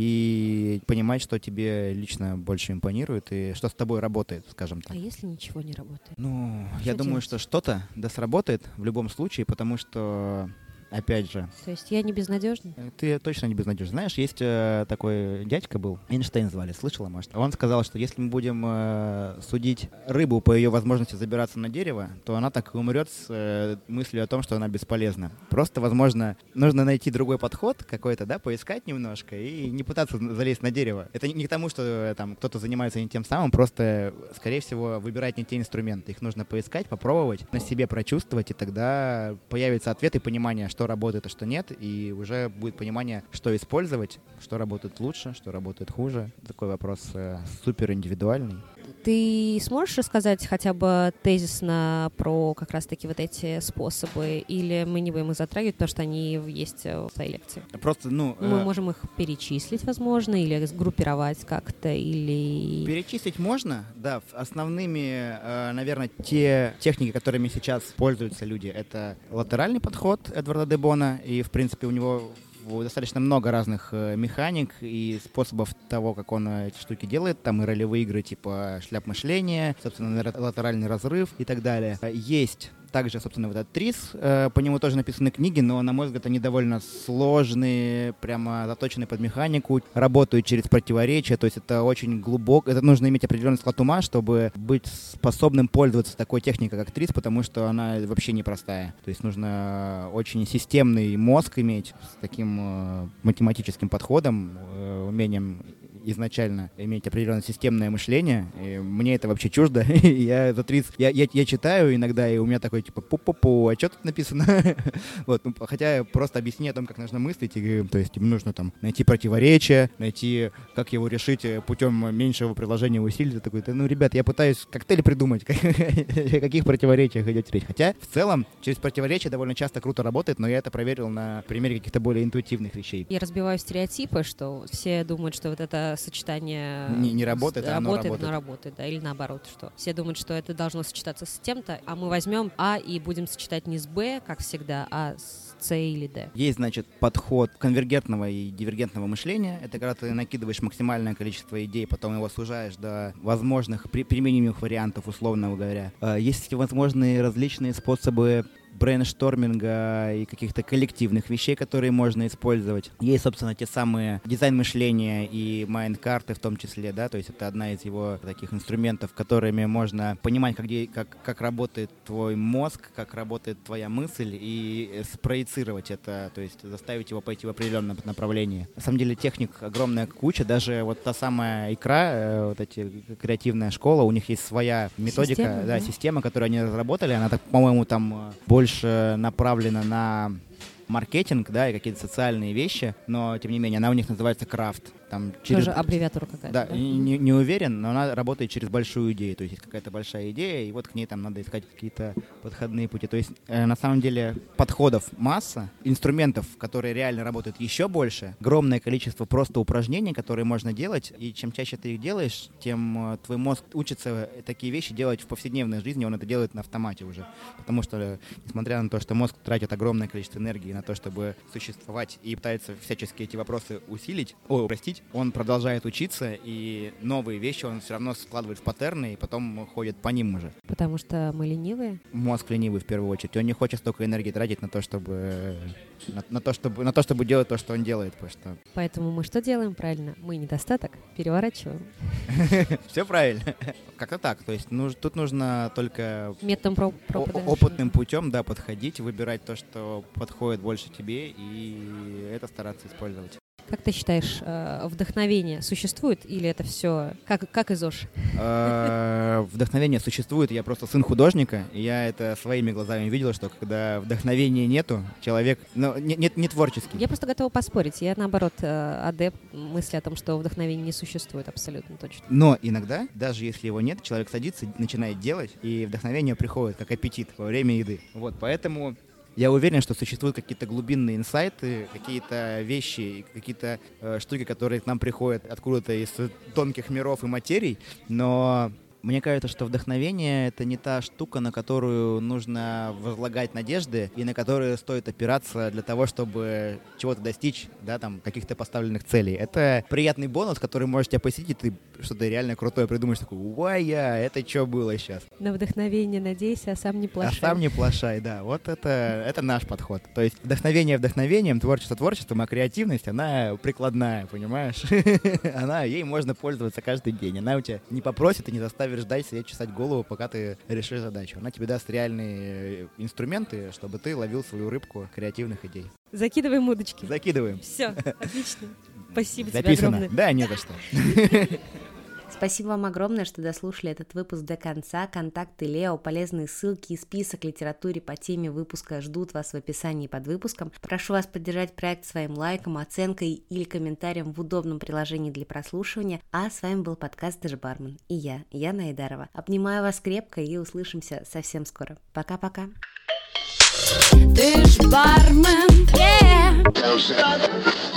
и понимать, что тебе лично больше импонирует и что с тобой работает, скажем так. А если ничего не работает? Ну, я думаю, что что-то да сработает в любом случае, потому что опять же. То есть я не безнадежный? Ты точно не безнадежный. Знаешь, есть такой дядька был, Эйнштейн звали, слышала, может? Он сказал, что если мы будем судить рыбу по ее возможности забираться на дерево, то она так и умрет с мыслью о том, что она бесполезна. Просто, возможно, нужно найти другой подход какой-то, да, поискать немножко и не пытаться залезть на дерево. Это не к тому, что там кто-то занимается не тем самым, просто, скорее всего, выбирать не те инструменты. Их нужно поискать, попробовать, на себе прочувствовать, и тогда появится ответ и понимание, что работает, а что нет, и уже будет понимание, что использовать, что работает лучше, что работает хуже. Такой вопрос супер индивидуальный. Ты сможешь рассказать хотя бы тезисно про как раз-таки вот эти способы, или мы не будем их затрагивать, потому что они есть в твоей лекции? Просто, Мы можем их перечислить, возможно, или сгруппировать как-то, или... Перечислить можно, да. Основными, наверное, те техники, которыми сейчас пользуются люди, это латеральный подход Эдварда де Бона, и, в принципе, у него достаточно много разных механик и способов того, как он эти штуки делает. Там и ролевые игры типа шляп мышления, собственно, латеральный разрыв и так далее. Есть также, собственно, вот этот ТРИС, по нему тоже написаны книги, но, на мой взгляд, они довольно сложные, прямо заточены под механику, работают через противоречия, то есть это очень глубоко, это нужно иметь определенный склад ума, чтобы быть способным пользоваться такой техникой, как ТРИС, потому что она вообще непростая. То есть нужно очень системный мозг иметь с таким математическим подходом, умением изначально иметь определенное системное мышление. И мне это вообще чуждо. Я читаю иногда, и у меня такой типа пу-пу-пу, а что тут написано? Вот, хотя просто объясни о том, как нужно мыслить, и, то есть им нужно там найти противоречия, найти, как его решить путем меньшего приложения усилий. Ты такой, ребят, я пытаюсь коктейль придумать, о каких противоречиях идет речь. Хотя в целом через противоречия довольно часто круто работает, но я это проверил на примере каких-то более интуитивных вещей. Я разбиваю стереотипы, что все думают, что вот это сочетание не работает, а оно работает. Но работает, да, или наоборот, что все думают, что это должно сочетаться с тем-то, а мы возьмем А и будем сочетать не с Б, как всегда, а с С или Д. Есть, значит, подход конвергентного и дивергентного мышления. Это когда ты накидываешь максимальное количество идей, потом его сужаешь до возможных применимых вариантов, условно говоря. Есть возможные различные способы брейншторминга и каких-то коллективных вещей, которые можно использовать. Есть, собственно, те самые дизайн мышления и майнд-карты в том числе, да, то есть это одна из его таких инструментов, которыми можно понимать, как работает твой мозг, как работает твоя мысль и спроецировать это, то есть заставить его пойти в определенном направлении. На самом деле техник огромная куча, даже вот та самая икра, вот эти креативная школа, у них есть своя методика, система, которую они разработали, она, так, по-моему, там больше направлена на маркетинг, да, и какие-то социальные вещи, но, тем не менее, она у них называется крафт. Там тоже аббревиатура какая-то. Да, не уверен, но она работает через большую идею, то есть есть какая-то большая идея, и вот к ней там надо искать какие-то подходные пути. То есть, на самом деле, подходов масса, инструментов, которые реально работают еще больше, огромное количество просто упражнений, которые можно делать, и чем чаще ты их делаешь, тем твой мозг учится такие вещи делать в повседневной жизни, он это делает на автомате уже. Потому что, несмотря на то, что мозг тратит огромное количество энергии на то, чтобы существовать, и пытается всячески эти вопросы упростить, он продолжает учиться, и новые вещи он все равно складывает в паттерны, и потом ходит по ним уже. Потому что мы ленивые? Мозг ленивый в первую очередь. Он не хочет столько энергии тратить на то, чтобы делать то, что он делает. Поэтому мы что делаем правильно? Мы недостаток переворачиваем. Все правильно. Как-то так. То есть тут нужно только методом опытным путем, да, подходить, выбирать то, что подходит больше тебе, и это стараться использовать. Как ты считаешь, вдохновение существует или это все как из ОШ? Вдохновение существует. Я просто сын художника, и я это своими глазами видел, что когда вдохновения нету, человек не творческий. Я просто готова поспорить. Я, наоборот, адепт мысли о том, что вдохновения не существует абсолютно точно. Но иногда, даже если его нет, человек садится, начинает делать, и вдохновение приходит как аппетит во время еды. Вот, поэтому... Я уверен, что существуют какие-то глубинные инсайты, какие-то вещи, какие-то штуки, которые к нам приходят откуда-то из тонких миров и материй, но мне кажется, что вдохновение — это не та штука, на которую нужно возлагать надежды и на которую стоит опираться для того, чтобы чего-то достичь, да, там, каких-то поставленных целей. Это приятный бонус, который может тебя посетить, и ты что-то реально крутое придумаешь, такой, это что было сейчас? На вдохновение надейся, а сам не плашай. А сам не плашай, да. Вот это наш подход. То есть вдохновение вдохновением, творчество творчеством, а креативность, она прикладная, понимаешь? Ей можно пользоваться каждый день. Она у тебя не попросит и не заставит ждать, сидеть, чесать голову, пока ты решишь задачу. Она тебе даст реальные инструменты, чтобы ты ловил свою рыбку креативных идей. Закидываем удочки. Закидываем. Все, отлично. Спасибо Записано. тебе огромное. Да, не за что. Спасибо вам огромное, что дослушали этот выпуск до конца. Контакты Лео, полезные ссылки и список литературы по теме выпуска ждут вас в описании под выпуском. Прошу вас поддержать проект своим лайком, оценкой или комментарием в удобном приложении для прослушивания. А с вами был подкаст «Ты ж бармен» и я, Яна Айдарова. Обнимаю вас крепко и услышимся совсем скоро. Пока-пока. Ты ж бармен, yeah.